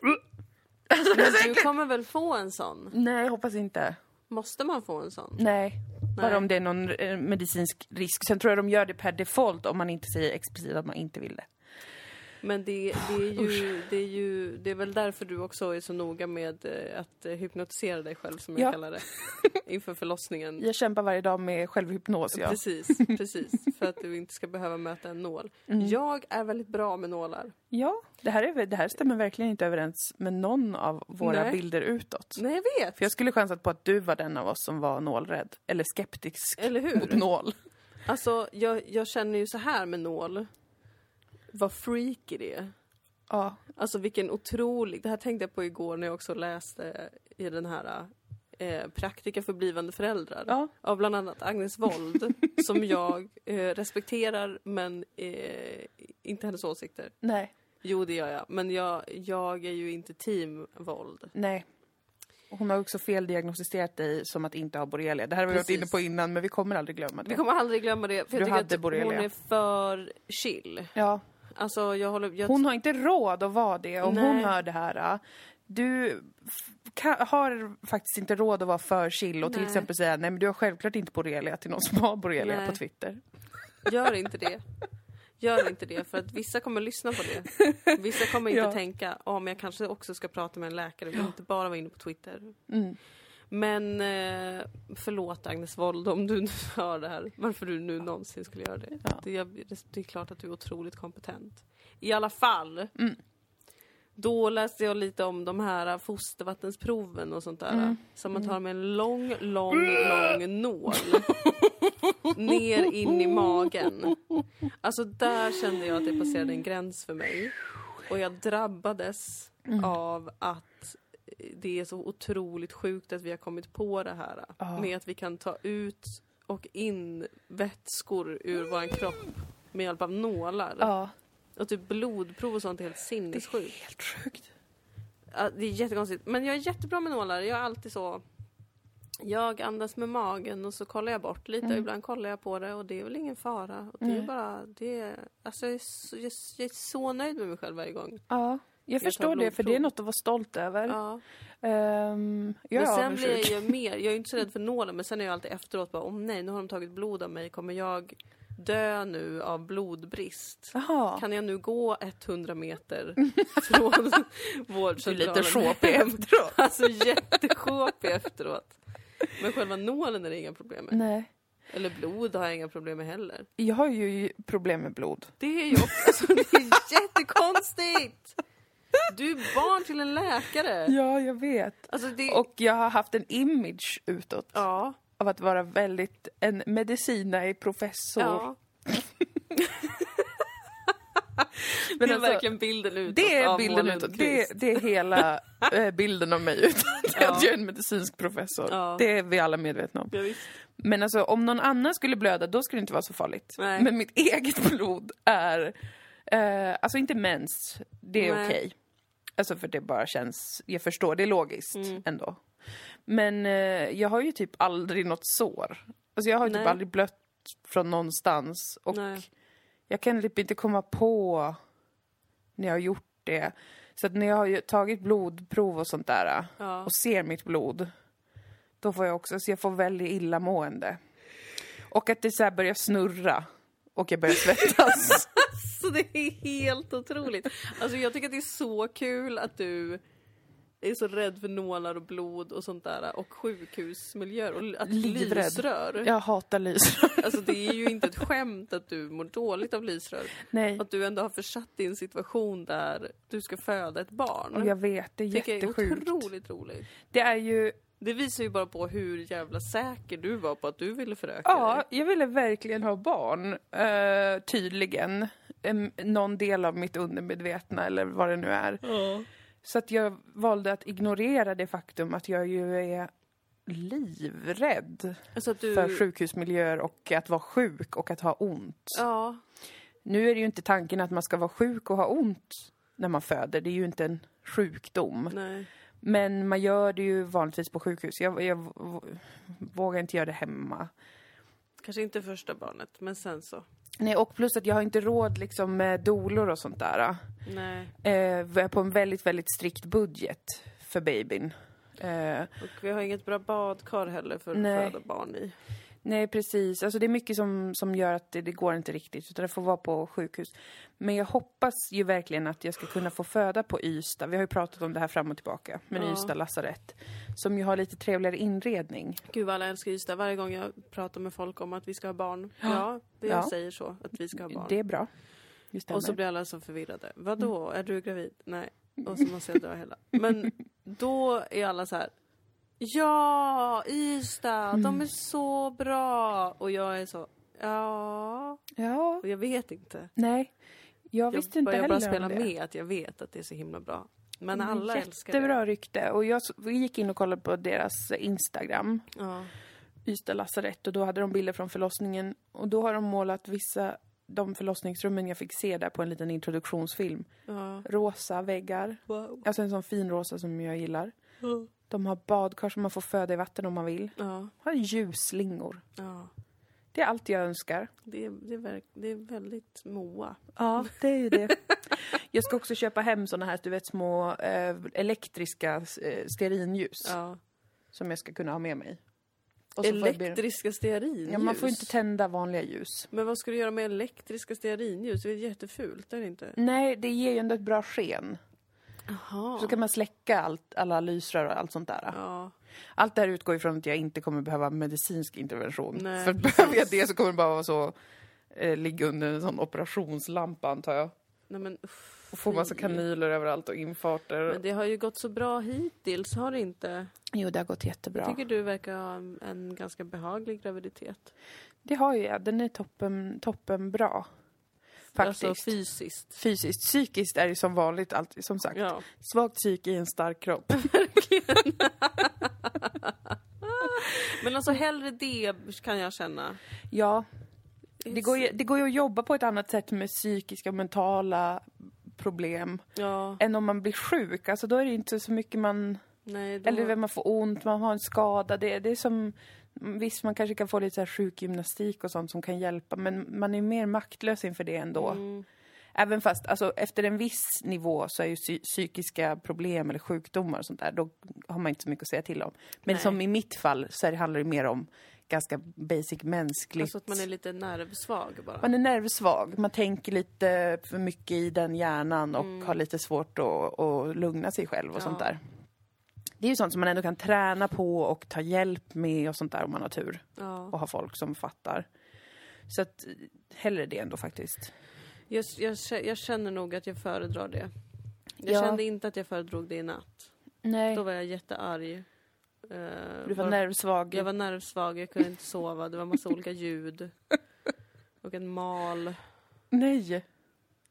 Speaker 2: Men du kommer väl få en sån?
Speaker 1: Nej, jag hoppas inte.
Speaker 2: Måste man få en sån?
Speaker 1: Nej, bara
Speaker 2: Nej.
Speaker 1: om det är någon eh, medicinsk risk. Sen tror jag de gör det per default om man inte säger explicit att man inte vill det.
Speaker 2: Men det, det, är ju, det är ju... Det är väl därför du också är så noga med eh, att eh, hypnotisera dig själv, som jag
Speaker 1: Ja.
Speaker 2: kallar det. Inför förlossningen.
Speaker 1: Jag kämpar varje dag med självhypnos, ja.
Speaker 2: Precis, precis. För att du inte ska behöva möta en nål.
Speaker 1: Mm.
Speaker 2: Jag är väldigt bra med nålar.
Speaker 1: Ja, det här, är, det här stämmer verkligen inte överens med någon av våra
Speaker 2: Nej.
Speaker 1: bilder utåt.
Speaker 2: Nej, jag vet.
Speaker 1: För jag skulle chansat på att du var den av oss som var nålrädd. Eller skeptisk
Speaker 2: Eller hur?
Speaker 1: mot nål.
Speaker 2: Alltså, jag, jag känner ju så här med nål. Vad freaky det är.
Speaker 1: Ja.
Speaker 2: Alltså vilken otrolig... Det här tänkte jag på igår när jag också läste i den här eh, Praktika för blivande föräldrar.
Speaker 1: Ja.
Speaker 2: Av bland annat Agnes Wold. Som jag eh, respekterar, men eh, inte hennes åsikter.
Speaker 1: Nej,
Speaker 2: Jo, det gör jag. Men jag, jag är ju inte team Wold.
Speaker 1: nej. Hon har också feldiagnostiserat dig som att inte ha borrelia. Det här har vi varit
Speaker 2: Precis.
Speaker 1: inne på innan, men vi kommer aldrig glömma det.
Speaker 2: Vi kommer aldrig glömma det. För
Speaker 1: Du
Speaker 2: jag
Speaker 1: hade
Speaker 2: tycker att
Speaker 1: borrelia.
Speaker 2: hon är för chill.
Speaker 1: Ja.
Speaker 2: Alltså, jag håller... Jag
Speaker 1: Hon har inte råd att vara det om
Speaker 2: Nej.
Speaker 1: hon hör det här. Du f- kan, har faktiskt inte råd att vara för chill och till
Speaker 2: Nej.
Speaker 1: exempel säga nej men du har självklart inte borrelia till någon som har borrelia
Speaker 2: Nej.
Speaker 1: på Twitter.
Speaker 2: Gör inte det. Gör inte det, för att vissa kommer lyssna på det. Vissa kommer inte
Speaker 1: Ja.
Speaker 2: tänka, ja men jag kanske också ska prata med en läkare, och inte bara vara inne på Twitter.
Speaker 1: Mm.
Speaker 2: Men eh, förlåt Agnes Wold om du hör det här. Varför du nu någonsin skulle göra det.
Speaker 1: Ja.
Speaker 2: Det, är, det är klart att du är otroligt kompetent. I alla fall.
Speaker 1: Mm.
Speaker 2: Då läste jag lite om de här fostervattensproven och sånt där.
Speaker 1: Mm.
Speaker 2: Som man tar med en lång, lång, lång nål. Ner in i magen. Alltså där kände jag att det passerade en gräns för mig. Och jag drabbades
Speaker 1: Mm.
Speaker 2: av att det är så otroligt sjukt att vi har kommit på det här.
Speaker 1: Ja.
Speaker 2: Med att vi kan ta ut och in vätskor ur vår kropp med hjälp av nålar.
Speaker 1: Ja,
Speaker 2: Och typ blodprov och sånt är helt sinnessjukt.
Speaker 1: helt sjukt.
Speaker 2: Ja, det är jättekonstigt. Men jag är jättebra med nålar. Jag är alltid så... Jag andas med magen och så kollar jag bort lite.
Speaker 1: Mm.
Speaker 2: Och ibland kollar jag på det och det är väl ingen fara. Och det är
Speaker 1: Nej.
Speaker 2: bara... Det är, alltså jag är, så, jag, jag är så nöjd med mig själv varje gång.
Speaker 1: Ja, jag
Speaker 2: tar
Speaker 1: förstår det för
Speaker 2: blodprov.
Speaker 1: det är något att vara stolt över.
Speaker 2: Ja.
Speaker 1: Um, jag
Speaker 2: Men
Speaker 1: är
Speaker 2: sen blir jag
Speaker 1: avundsjuk.
Speaker 2: ju mer... Jag är ju inte så rädd för nålen. Men sen är jag alltid efteråt bara... Om nej, nu har de tagit blod av mig. Kommer jag dö nu av blodbrist?
Speaker 1: Jaha,
Speaker 2: Kan jag nu gå hundra meter från
Speaker 1: så
Speaker 2: vårdcentralen?
Speaker 1: lite sjåpig efteråt.
Speaker 2: Alltså jättesjåpig efteråt. Men själva nålen är det inga problem med.
Speaker 1: Nej,
Speaker 2: Eller blod har jag inga problem med heller.
Speaker 1: jag har ju problem med blod.
Speaker 2: Det är ju också, alltså, det är jättekonstigt. Du är barn till en läkare.
Speaker 1: Ja, jag vet.
Speaker 2: Alltså det...
Speaker 1: Och jag har haft en image utåt
Speaker 2: Ja.
Speaker 1: av att vara väldigt en medicinae professor.
Speaker 2: Ja. det är
Speaker 1: alltså,
Speaker 2: verkligen bilden utåt.
Speaker 1: Det är
Speaker 2: av
Speaker 1: bilden
Speaker 2: Moa
Speaker 1: utåt.
Speaker 2: Lundqvist.
Speaker 1: Det, det är hela eh, bilden av mig utåt.
Speaker 2: Ja.
Speaker 1: Att jag är en medicinsk professor.
Speaker 2: Ja.
Speaker 1: Det är vi alla medvetna om.
Speaker 2: Ja, visst.
Speaker 1: Men alltså om någon annan skulle blöda, då skulle det inte vara så farligt.
Speaker 2: Nej.
Speaker 1: Men mitt eget blod är, eh, alltså inte mens, det är
Speaker 2: Nej.
Speaker 1: okej. Alltså för det bara känns, jag förstår, det är logiskt
Speaker 2: Mm.
Speaker 1: ändå. Men eh, jag har ju typ aldrig något sår. Alltså jag har ju typ
Speaker 2: Nej.
Speaker 1: aldrig blött från någonstans. Och
Speaker 2: Nej.
Speaker 1: jag kan typ inte komma på när jag har gjort det. Så att när jag har ju tagit blodprov och sånt där
Speaker 2: Ja.
Speaker 1: och ser mitt blod, då får jag också, så jag får väldigt illamående. Och att det så här börjar snurra och jag börjar svettas.
Speaker 2: Så det är helt otroligt. Alltså jag tycker att det är så kul att du är så rädd för nålar och blod och sånt där. Och sjukhusmiljöer och att
Speaker 1: Livrädd.
Speaker 2: lysrör.
Speaker 1: Jag hatar lysrör.
Speaker 2: Alltså det är ju inte ett skämt att du mår dåligt av lysrör.
Speaker 1: Nej,
Speaker 2: Att du ändå har försatt dig i en situation där du ska föda ett barn.
Speaker 1: och jag vet, det är
Speaker 2: Tycker jag är
Speaker 1: jättesjukt.
Speaker 2: otroligt roligt.
Speaker 1: Det är ju,
Speaker 2: Det visar ju bara på hur jävla säker du var på att du ville föröka
Speaker 1: ja,
Speaker 2: dig.
Speaker 1: jag ville verkligen ha barn. Uh, tydligen. Um, någon del av mitt undermedvetna eller vad det nu är.
Speaker 2: Ja.
Speaker 1: Så att jag valde att ignorera det faktum att jag ju är livrädd
Speaker 2: Alltså att du...
Speaker 1: för sjukhusmiljöer och att vara sjuk och att ha ont.
Speaker 2: Ja.
Speaker 1: Nu är det ju inte tanken att man ska vara sjuk och ha ont när man föder. Det är ju inte en sjukdom.
Speaker 2: Nej.
Speaker 1: Men man gör det ju vanligtvis på sjukhus. Jag, jag v- vågar inte göra det hemma.
Speaker 2: Kanske inte första barnet, men sen så.
Speaker 1: Nej, och plus att jag har inte råd liksom med dolor och sånt där.
Speaker 2: Nej.
Speaker 1: Eh, vi är på en väldigt, väldigt strikt budget för babyn. Eh,
Speaker 2: Och vi har inget bra badkar heller för att
Speaker 1: Nej.
Speaker 2: föda barn i.
Speaker 1: nej, precis. Alltså det är mycket som, som gör att det, det går inte riktigt. Utan det får vara på sjukhus. Men jag hoppas ju verkligen att jag ska kunna få föda på Ystad. Vi har ju pratat om det här fram och tillbaka. Men
Speaker 2: Ja.
Speaker 1: Ystad lasarett. Som ju har lite trevligare inredning.
Speaker 2: Gud vad alla älskar Ystad. Varje gång jag pratar med folk om att vi ska ha barn. Ja, det
Speaker 1: Ja.
Speaker 2: jag säger så. Att vi ska ha barn.
Speaker 1: Det är bra. Det stämmer.
Speaker 2: Och så blir alla så förvirrade. Vadå? Är du gravid? Nej. Och så måste jag dra hela. Men då är alla så här. Ja, Ystad. De är så bra. Och jag är så. Ja.
Speaker 1: Ja,
Speaker 2: Och jag vet inte.
Speaker 1: nej. Jag
Speaker 2: Jag,
Speaker 1: visste inte
Speaker 2: bara, jag
Speaker 1: heller
Speaker 2: bara spela
Speaker 1: om det.
Speaker 2: med att jag vet att det är så himla bra. Men
Speaker 1: Men
Speaker 2: alla älskar det.
Speaker 1: Jättebra rykte. Och jag s- vi gick in och kollade på deras Instagram.
Speaker 2: Ja.
Speaker 1: Ystad lasarett. Och då hade de bilder från förlossningen. Och då har de målat vissa, de förlossningsrummen jag fick se där på en liten introduktionsfilm.
Speaker 2: Ja.
Speaker 1: Rosa väggar.
Speaker 2: Wow.
Speaker 1: Alltså en sån fin rosa som jag gillar.
Speaker 2: Ja.
Speaker 1: De har badkar som man får föda i vatten om man vill.
Speaker 2: Ja.
Speaker 1: Har ljusslingor.
Speaker 2: Ja.
Speaker 1: Det är allt jag önskar.
Speaker 2: Det är, det, är verk, det är väldigt Moa.
Speaker 1: Ja, det är ju det. Jag ska också köpa hem såna här, du vet, små eh, elektriska eh, stearinljus.
Speaker 2: Ja.
Speaker 1: Som jag ska kunna ha med mig. Och så får jag be-
Speaker 2: Elektriska stearinljus.
Speaker 1: Ja, man får inte tända vanliga ljus.
Speaker 2: Men vad ska du göra med elektriska stearinljus? Det är jättefult, är det inte?
Speaker 1: Nej, det ger ju ändå ett bra sken.
Speaker 2: Jaha.
Speaker 1: Så kan man släcka allt, alla lysrör och allt sånt där.
Speaker 2: Ja.
Speaker 1: Allt det här utgår ifrån att jag inte kommer behöva medicinsk intervention.
Speaker 2: Nej,
Speaker 1: För behöver jag det så kommer det bara vara så, eh, ligga under en sån operationslampa antar jag.
Speaker 2: Nej men uff,
Speaker 1: Och få massa
Speaker 2: fy.
Speaker 1: kanyler överallt och infarter.
Speaker 2: Men det har ju gått så bra hittills, har det inte?
Speaker 1: Jo, det har gått jättebra.
Speaker 2: Jag tycker du verkar ha en, en ganska behaglig graviditet.
Speaker 1: Det har ju jag. Den är toppen, toppen bra. Faktiskt.
Speaker 2: Alltså fysiskt.
Speaker 1: Fysiskt. Psykiskt är det som vanligt alltid, som sagt.
Speaker 2: Ja.
Speaker 1: Svagt psyke i en stark kropp.
Speaker 2: Men alltså hellre det kan jag känna.
Speaker 1: Ja, det går, ju, det går ju att jobba på ett annat sätt med psykiska och mentala problem
Speaker 2: Ja,
Speaker 1: än om man blir sjuk. Alltså då är det inte så mycket man...
Speaker 2: nej. Då...
Speaker 1: Eller man får ont, man har en skada. Det, det är som... Visst, man kanske kan få lite så här sjukgymnastik och sånt som kan hjälpa. Men man är mer maktlös inför det ändå.
Speaker 2: Mm.
Speaker 1: Även fast, alltså efter en viss nivå så är ju psy- psykiska problem eller sjukdomar och sånt där, då har man inte så mycket att säga till om. Men
Speaker 2: Nej.
Speaker 1: som i mitt fall så är det, handlar det mer om ganska basic mänskligt.
Speaker 2: Alltså att man är lite nervsvag bara.
Speaker 1: Man är nervsvag, man tänker lite för mycket i den hjärnan och
Speaker 2: Mm.
Speaker 1: har lite svårt att, att lugna sig själv och
Speaker 2: Ja.
Speaker 1: sånt där. Det är ju sånt som man ändå kan träna på och ta hjälp med och sånt där om man har tur.
Speaker 2: Ja.
Speaker 1: Och ha folk som fattar. Så att, hellre det ändå faktiskt.
Speaker 2: Jag, jag, jag känner nog att jag föredrar det. Jag
Speaker 1: Ja.
Speaker 2: kände inte att jag föredrog det i natt.
Speaker 1: Nej,
Speaker 2: Då var jag jättearg. Uh,
Speaker 1: du var nervsvag.
Speaker 2: Jag var nervsvag, jag kunde inte sova. Det var massa olika ljud. Och en mal.
Speaker 1: Nej.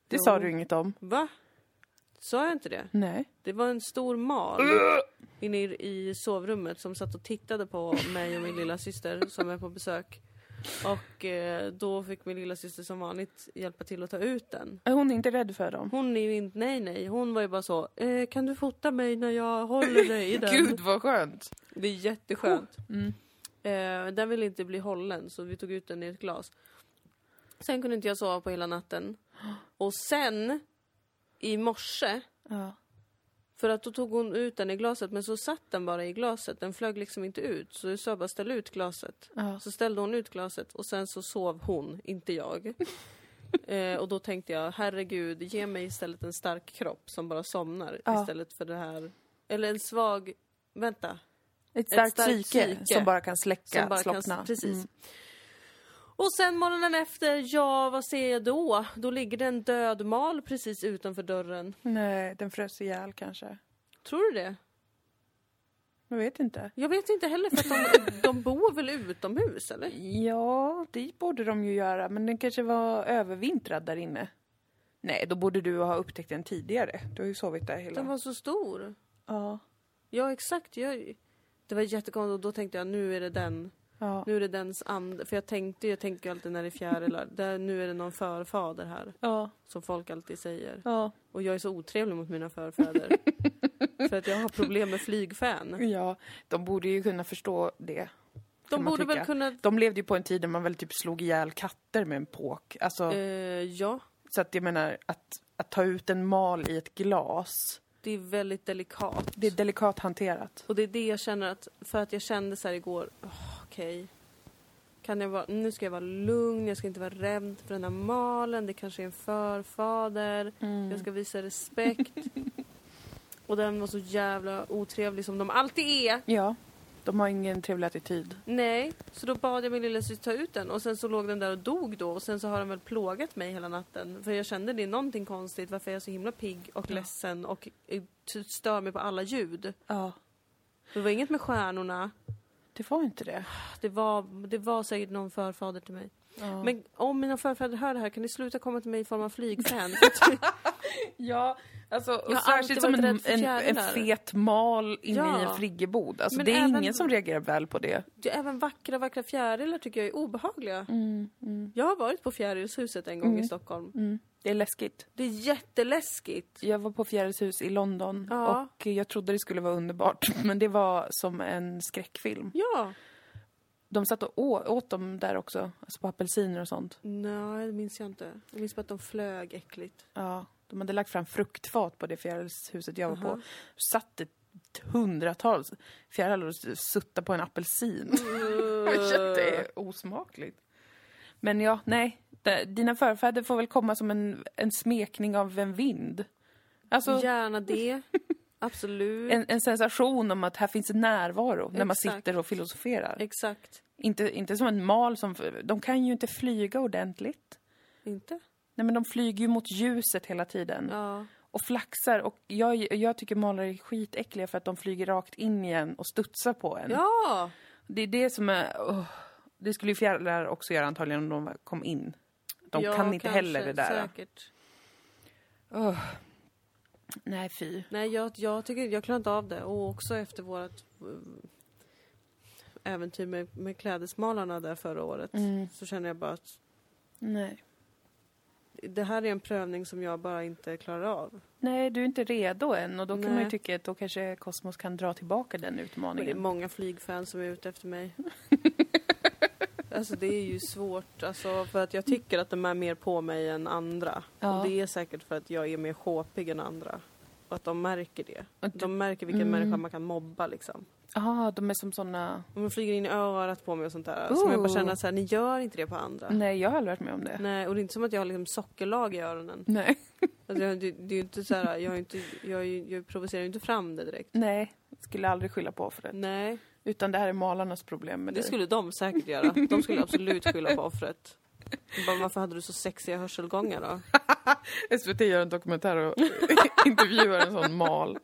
Speaker 1: Det
Speaker 2: Jo.
Speaker 1: sa du inget om.
Speaker 2: Va? Sa jag inte det?
Speaker 1: Nej.
Speaker 2: Det var en stor mal inne i, i sovrummet som satt och tittade på mig och min lilla syster som är på besök. Och eh, då fick min lilla syster som vanligt hjälpa till att ta ut den.
Speaker 1: Är hon inte rädd för dem?
Speaker 2: Hon är ju inte, nej nej, hon var ju bara så, eh, kan du fota mig när jag håller dig i den?
Speaker 1: Gud vad skönt.
Speaker 2: Det är jätteskönt.
Speaker 1: Mm.
Speaker 2: Eh, den ville inte bli hållen så vi tog ut den i ett glas. Sen kunde inte jag sova på hela natten. Och sen i morse,
Speaker 1: Ja.
Speaker 2: för att då tog hon ut den i glaset, men så satt den bara i glaset. Den flög liksom inte ut, så jag sa bara ställ ut glaset.
Speaker 1: Ja.
Speaker 2: Så ställde hon ut glaset och sen så sov hon, inte jag. eh, och då tänkte jag, herregud, ge mig istället en stark kropp som bara somnar
Speaker 1: Ja.
Speaker 2: istället för det här. Eller en svag, vänta.
Speaker 1: Ett starkt,
Speaker 2: starkt
Speaker 1: psyke,
Speaker 2: psyke
Speaker 1: som bara kan släcka,
Speaker 2: som bara
Speaker 1: slockna.
Speaker 2: kan, precis.
Speaker 1: Mm.
Speaker 2: Och sen morgonen efter, ja vad ser jag då? Då ligger det en död mal precis utanför dörren.
Speaker 1: Nej, den frös ihjäl kanske.
Speaker 2: Tror du det?
Speaker 1: Jag vet inte.
Speaker 2: Jag vet inte heller, för att de, de bor väl utomhus, eller?
Speaker 1: Ja, det borde de ju göra. Men den kanske var övervintrad där inne. Nej, då borde du ha upptäckt den tidigare. Du har ju sovit där hela...
Speaker 2: Den var så stor.
Speaker 1: Ja.
Speaker 2: Ja, exakt. Jag, det var jättekonstigt och då tänkte jag, nu är det den.
Speaker 1: Ja.
Speaker 2: Nu är det dens and. För jag tänkte, jag tänker alltid när det är fjärilar, där, nu är det någon förfader här.
Speaker 1: Ja.
Speaker 2: Som folk alltid säger.
Speaker 1: Ja.
Speaker 2: Och jag är så otrevlig mot mina förfäder. För att jag har problem med flygfän.
Speaker 1: Ja, de borde ju kunna förstå det.
Speaker 2: De
Speaker 1: kan man
Speaker 2: borde
Speaker 1: tycka.
Speaker 2: väl kunna...
Speaker 1: De levde ju på en tid där man väl typ slog ihjäl katter med en påk. Alltså,
Speaker 2: Eh, ja,
Speaker 1: så att jag menar, att, att ta ut en mal i ett glas,
Speaker 2: det är väldigt delikat.
Speaker 1: det är delikat hanterat.
Speaker 2: Och det är det jag känner att, för att jag kände så här igår, oh, okej. Okay. Kan jag vara, nu ska jag vara lugn, jag ska inte vara rädd för den här malen, det kanske är en förfader,
Speaker 1: Mm.
Speaker 2: jag ska visa respekt. Och den var så jävla otrevlig som de alltid är.
Speaker 1: Ja, de har ingen trevlig attityd.
Speaker 2: Nej, så då bad jag min lilla syster ta ut den. Och sen så låg den där och dog då. Och sen så har den väl plågat mig hela natten. För jag kände det är någonting konstigt. Varför är jag så himla pigg och
Speaker 1: Ja.
Speaker 2: ledsen. Och eh, stör mig på alla ljud.
Speaker 1: Ja,
Speaker 2: Det var inget med stjärnorna.
Speaker 1: det var inte det.
Speaker 2: Det var, det var säkert någon förfader till mig.
Speaker 1: Ja.
Speaker 2: Men om mina förfäder hör det här, kan ni sluta komma till mig i form av flygfan?
Speaker 1: ja, alltså, och
Speaker 2: Jag har
Speaker 1: särskilt
Speaker 2: alltid
Speaker 1: som
Speaker 2: varit
Speaker 1: en,
Speaker 2: rädd för
Speaker 1: en,
Speaker 2: fjärilar.
Speaker 1: en fet mal inne
Speaker 2: Ja.
Speaker 1: i en friggebod. Alltså,
Speaker 2: Men
Speaker 1: det är
Speaker 2: även-
Speaker 1: ingen som reagerar väl på det.
Speaker 2: Det är även vackra, vackra fjärilar tycker jag är obehagliga.
Speaker 1: Mm, mm,
Speaker 2: Jag har varit på Fjärilshuset en gång
Speaker 1: Mm.
Speaker 2: i Stockholm.
Speaker 1: mm. Det är läskigt.
Speaker 2: Det är jätteläskigt.
Speaker 1: Jag var på Fjärilshus i London
Speaker 2: Ja.
Speaker 1: och jag trodde det skulle vara underbart. Men det var som en skräckfilm.
Speaker 2: Ja.
Speaker 1: De satt och å- åt dem där också. Alltså på apelsiner och sånt.
Speaker 2: Nej, det minns jag inte. Jag minns bara att de flög äckligt.
Speaker 1: Ja, de hade lagt fram fruktfat på det fjärilshuset jag var
Speaker 2: Aha.
Speaker 1: på. Satt det hundratals fjärilar och sutta på en apelsin. Jag kände det är osmakligt. Men ja, nej. D- Dina förfäder får väl komma som en, en smekning av en vind. Alltså
Speaker 2: Gärna det. Absolut.
Speaker 1: en, en sensation om att här finns en närvaro när man
Speaker 2: Exakt.
Speaker 1: sitter och filosoferar.
Speaker 2: Exakt.
Speaker 1: Inte, inte som en mal som... De kan ju inte flyga ordentligt.
Speaker 2: Inte?
Speaker 1: Nej, men de flyger ju mot ljuset hela tiden.
Speaker 2: Ja.
Speaker 1: Och flaxar. Och jag, jag tycker malar är skitäckliga för att de flyger rakt in igen och studsar på en.
Speaker 2: Ja!
Speaker 1: Det är det som är... Oh, det skulle ju fjärilar också göra antagligen om de kom in. De
Speaker 2: Ja,
Speaker 1: kan inte
Speaker 2: kanske,
Speaker 1: heller det där.
Speaker 2: Säkert.
Speaker 1: Oh. Nej, fy.
Speaker 2: Nej, jag, jag tycker jag klarar inte av det. Och också efter vårt uh, äventyr med, med klädesmalarna där förra året.
Speaker 1: Mm.
Speaker 2: Så känner jag bara att
Speaker 1: Nej.
Speaker 2: det här är en prövning som jag bara inte klarar av.
Speaker 1: Nej, du är inte redo än. Och då kan
Speaker 2: Nej.
Speaker 1: man ju tycka att då kanske Kosmos kan dra tillbaka den
Speaker 2: Men det är
Speaker 1: utmaningen.
Speaker 2: många flygfans som är ute efter mig. Alltså det är ju svårt. Alltså, för att jag tycker att de är mer på mig än andra.
Speaker 1: Ja.
Speaker 2: Och det är säkert för att jag är mer sjåpig än andra. Och att de märker det.
Speaker 1: Och du-
Speaker 2: De märker vilken
Speaker 1: Mm.
Speaker 2: människa man kan mobba liksom.
Speaker 1: Ja, de är som såna...
Speaker 2: Om de flyger in i örat på mig och sånt där. Som jag bara
Speaker 1: Ooh.
Speaker 2: känner att så här, ni gör inte det på andra.
Speaker 1: Nej, jag har aldrig varit med om det.
Speaker 2: Nej, och det är inte som att jag har liksom sockerlag i öronen.
Speaker 1: Nej.
Speaker 2: Alltså, jag, det, det är ju inte så här, jag, är inte, jag, är- jag provocerar ju inte fram det direkt.
Speaker 1: Nej, skulle aldrig skylla på offret.
Speaker 2: Nej,
Speaker 1: Utan det här är malarnas problem med
Speaker 2: det
Speaker 1: dig.
Speaker 2: skulle de säkert göra. De skulle absolut skylla på offret. Bara, varför hade du så sexiga hörselgångar då?
Speaker 1: S V T gör en dokumentär och intervjuar en sån mal.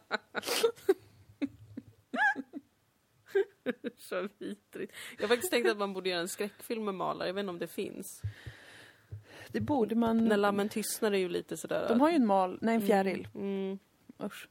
Speaker 2: Så vidrigt. Jag har faktiskt tänkt att man borde göra en skräckfilm med malar. Jag vet inte om det finns.
Speaker 1: Det borde man...
Speaker 2: När lammen tystnar är ju lite sådär...
Speaker 1: De har ju en mal, nej en fjäril.
Speaker 2: Mm. Mm.
Speaker 1: Usch.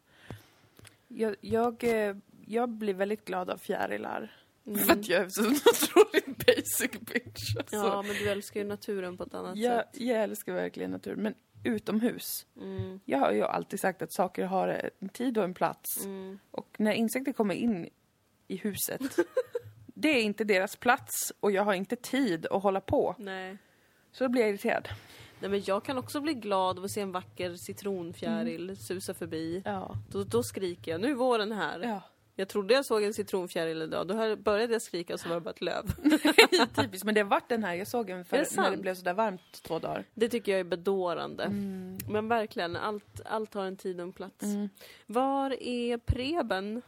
Speaker 1: Jag, jag, eh, jag blir väldigt glad av fjärilar.
Speaker 2: Mm.
Speaker 1: För att jag är så otroligt basic bitch. Alltså.
Speaker 2: Ja, men du älskar ju naturen på ett annat
Speaker 1: jag,
Speaker 2: sätt.
Speaker 1: jag älskar verkligen natur, men utomhus.
Speaker 2: Mm.
Speaker 1: Jag har ju alltid sagt att saker har en tid och en plats.
Speaker 2: Mm.
Speaker 1: Och när insekter kommer in i huset, det är inte deras plats och jag har inte tid att hålla på.
Speaker 2: Nej.
Speaker 1: Så då blir jag irriterad.
Speaker 2: Nej, men jag kan också bli glad av att se en vacker citronfjäril mm. susa förbi.
Speaker 1: Ja.
Speaker 2: Då, då skriker jag, nu är våren här.
Speaker 1: Ja.
Speaker 2: Jag trodde jag såg en citronfjäril idag. Då började jag skrika och så var det bara ett löv.
Speaker 1: Typiskt, men det har varit den här. Jag såg en för,
Speaker 2: det
Speaker 1: när det blev så där varmt två dagar.
Speaker 2: Det tycker jag är bedårande.
Speaker 1: Mm.
Speaker 2: Men verkligen, allt, allt har en tid och en plats.
Speaker 1: Mm.
Speaker 2: Var är Preben?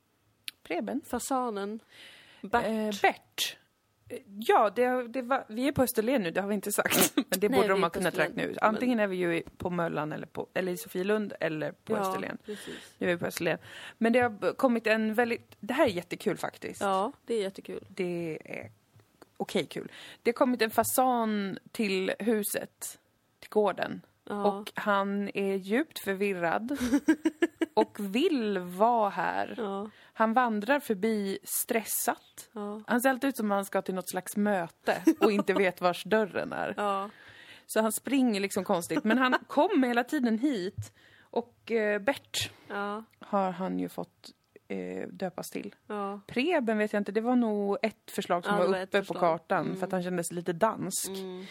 Speaker 1: Preben?
Speaker 2: Fasanen? Bert?
Speaker 1: Eh, Bert. Ja, det, det var, vi är på Österlen nu, det har vi inte sagt. Men det
Speaker 2: Nej,
Speaker 1: borde de
Speaker 2: vi är
Speaker 1: ha
Speaker 2: på
Speaker 1: kunnat
Speaker 2: Österlen,
Speaker 1: räkna ut. Antingen är vi ju på Möllan eller, på, eller i Sofielund eller på
Speaker 2: ja,
Speaker 1: Österlen.
Speaker 2: Precis.
Speaker 1: Nu är vi på Österlen. Men det har kommit en väldigt... Det här är jättekul faktiskt.
Speaker 2: Ja, det är jättekul.
Speaker 1: Det är okej kul. Det har kommit en fasan till huset, till gården.
Speaker 2: Ja.
Speaker 1: Och han är djupt förvirrad och vill vara här.
Speaker 2: Ja.
Speaker 1: Han vandrar förbi stressat.
Speaker 2: Ja.
Speaker 1: Han ser alltid ut som att han ska till något slags möte och inte vet vars dörren är.
Speaker 2: Ja.
Speaker 1: Så han springer liksom konstigt. Men han kommer hela tiden hit. Och eh, Bert
Speaker 2: Ja.
Speaker 1: har han ju fått eh, döpas till.
Speaker 2: Ja.
Speaker 1: Preben vet jag inte, det var nog ett förslag som
Speaker 2: Ja, det
Speaker 1: var
Speaker 2: var ett
Speaker 1: uppe på
Speaker 2: förslag.
Speaker 1: kartan.
Speaker 2: Mm.
Speaker 1: För att han kändes lite dansk.
Speaker 2: Mm.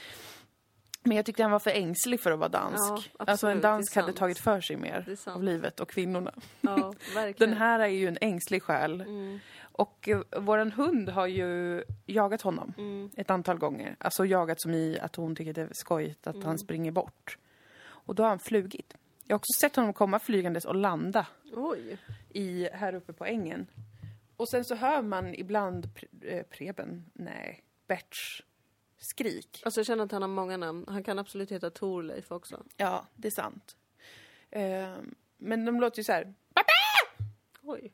Speaker 1: Men jag tyckte han var för ängslig för att vara dansk.
Speaker 2: Ja, absolut,
Speaker 1: alltså en dansk
Speaker 2: det är
Speaker 1: hade
Speaker 2: sant.
Speaker 1: tagit för sig
Speaker 2: Det är
Speaker 1: mer
Speaker 2: sant.
Speaker 1: av livet och kvinnorna.
Speaker 2: Ja, verkligen.
Speaker 1: Den här är ju en ängslig själ.
Speaker 2: Mm.
Speaker 1: Och eh, våran hund har ju jagat honom
Speaker 2: Mm.
Speaker 1: ett antal gånger. Alltså jagat som i att hon tycker det är skojigt att
Speaker 2: Mm.
Speaker 1: han springer bort. Och då har han flugit. Jag har också sett honom komma flygandes och landa
Speaker 2: Oj.
Speaker 1: i, här uppe på ängen. Och sen så hör man ibland pre- eh, Preben, nej, Berts skrik.
Speaker 2: Alltså jag känner att han har många namn. Han kan absolut heta Torleif också.
Speaker 1: Ja, det är sant. Eh, men de låter ju så här,
Speaker 2: Oj.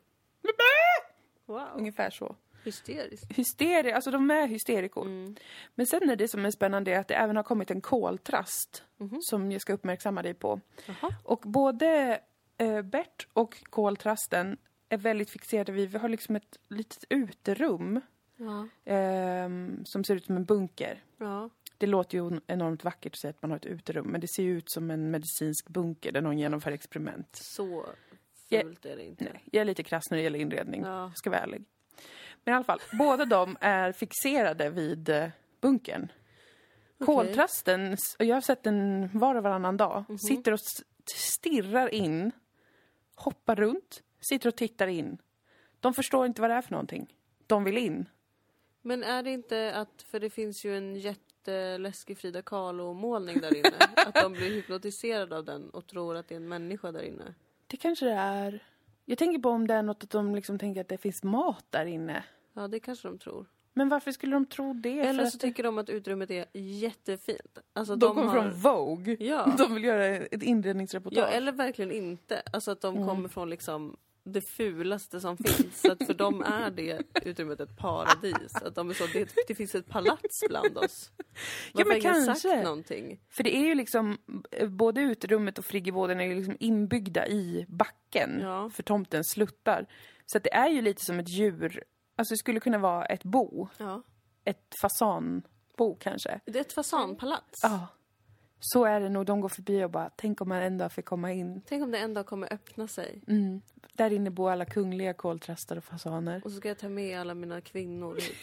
Speaker 2: Wow.
Speaker 1: ungefär så.
Speaker 2: Hysteriskt.
Speaker 1: Hysteri, alltså de är hysterikor.
Speaker 2: Mm.
Speaker 1: Men sen är det som är spännande är att det även har kommit en koltrast
Speaker 2: Mhm.
Speaker 1: som jag ska uppmärksamma dig på.
Speaker 2: Jaha.
Speaker 1: Och både eh, Bert och koltrasten är väldigt fixerade vid, vi har liksom ett litet uterum
Speaker 2: Ja.
Speaker 1: ehm, som ser ut som en bunker.
Speaker 2: Ja.
Speaker 1: Det låter ju enormt vackert att säga att man har ett uterum, men det ser ju ut som en medicinsk bunker där någon genomför experiment.
Speaker 2: Så
Speaker 1: Jag-
Speaker 2: fult är det inte.
Speaker 1: Nej, jag är lite krass när det gäller inredning,
Speaker 2: Ja.
Speaker 1: jag ska vara ärlig. Men i alla fall, båda de är fixerade vid eh, bunkern. Koltrasten, s- och jag har sett den var och varannan dag,
Speaker 2: Mhm.
Speaker 1: sitter och s- stirrar in, hoppar runt, sitter och tittar in. De förstår inte vad det är för någonting. De vill in.
Speaker 2: Men är det inte att, för det finns ju en jätteläskig Frida Kahlo-målning där inne, att de blir hypnotiserade av den och tror att det är en människa där inne?
Speaker 1: Det kanske det är. Jag tänker på om det är något att de liksom tänker att det finns mat där inne.
Speaker 2: Ja, det kanske de tror.
Speaker 1: Men varför skulle de tro det? För
Speaker 2: Eller
Speaker 1: att
Speaker 2: så tycker de att utrymmet är jättefint. Alltså
Speaker 1: de,
Speaker 2: de,
Speaker 1: kommer
Speaker 2: har...
Speaker 1: från Vogue.
Speaker 2: Ja.
Speaker 1: De vill göra ett inredningsreportage.
Speaker 2: Ja, eller verkligen inte. Alltså att de
Speaker 1: Mm.
Speaker 2: kommer från liksom det fulaste som finns. Så att för dem är det utrymmet ett paradis. Att de är så, det, det finns ett palats bland oss.
Speaker 1: Ja, men
Speaker 2: Varför har ingen
Speaker 1: kanske.
Speaker 2: sagt någonting?
Speaker 1: För det är ju liksom, eh, både uterummet och friggeboden är ju liksom inbyggda i backen.
Speaker 2: Ja.
Speaker 1: För tomten sluttar. Så att det är ju lite som ett djur. Alltså det skulle kunna vara ett bo.
Speaker 2: Ja.
Speaker 1: Ett fasanbo kanske.
Speaker 2: Det är ett fasanpalats.
Speaker 1: Ja. Så är det nog. De går förbi och bara, tänk om man en dag får komma in.
Speaker 2: Tänk om det en dag kommer öppna sig.
Speaker 1: Mm. Där inne bor alla kungliga koltrastar och fasaner.
Speaker 2: Och så ska jag ta med alla mina kvinnor hit.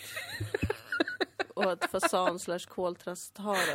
Speaker 2: Och ett fasan slash koltrastharem.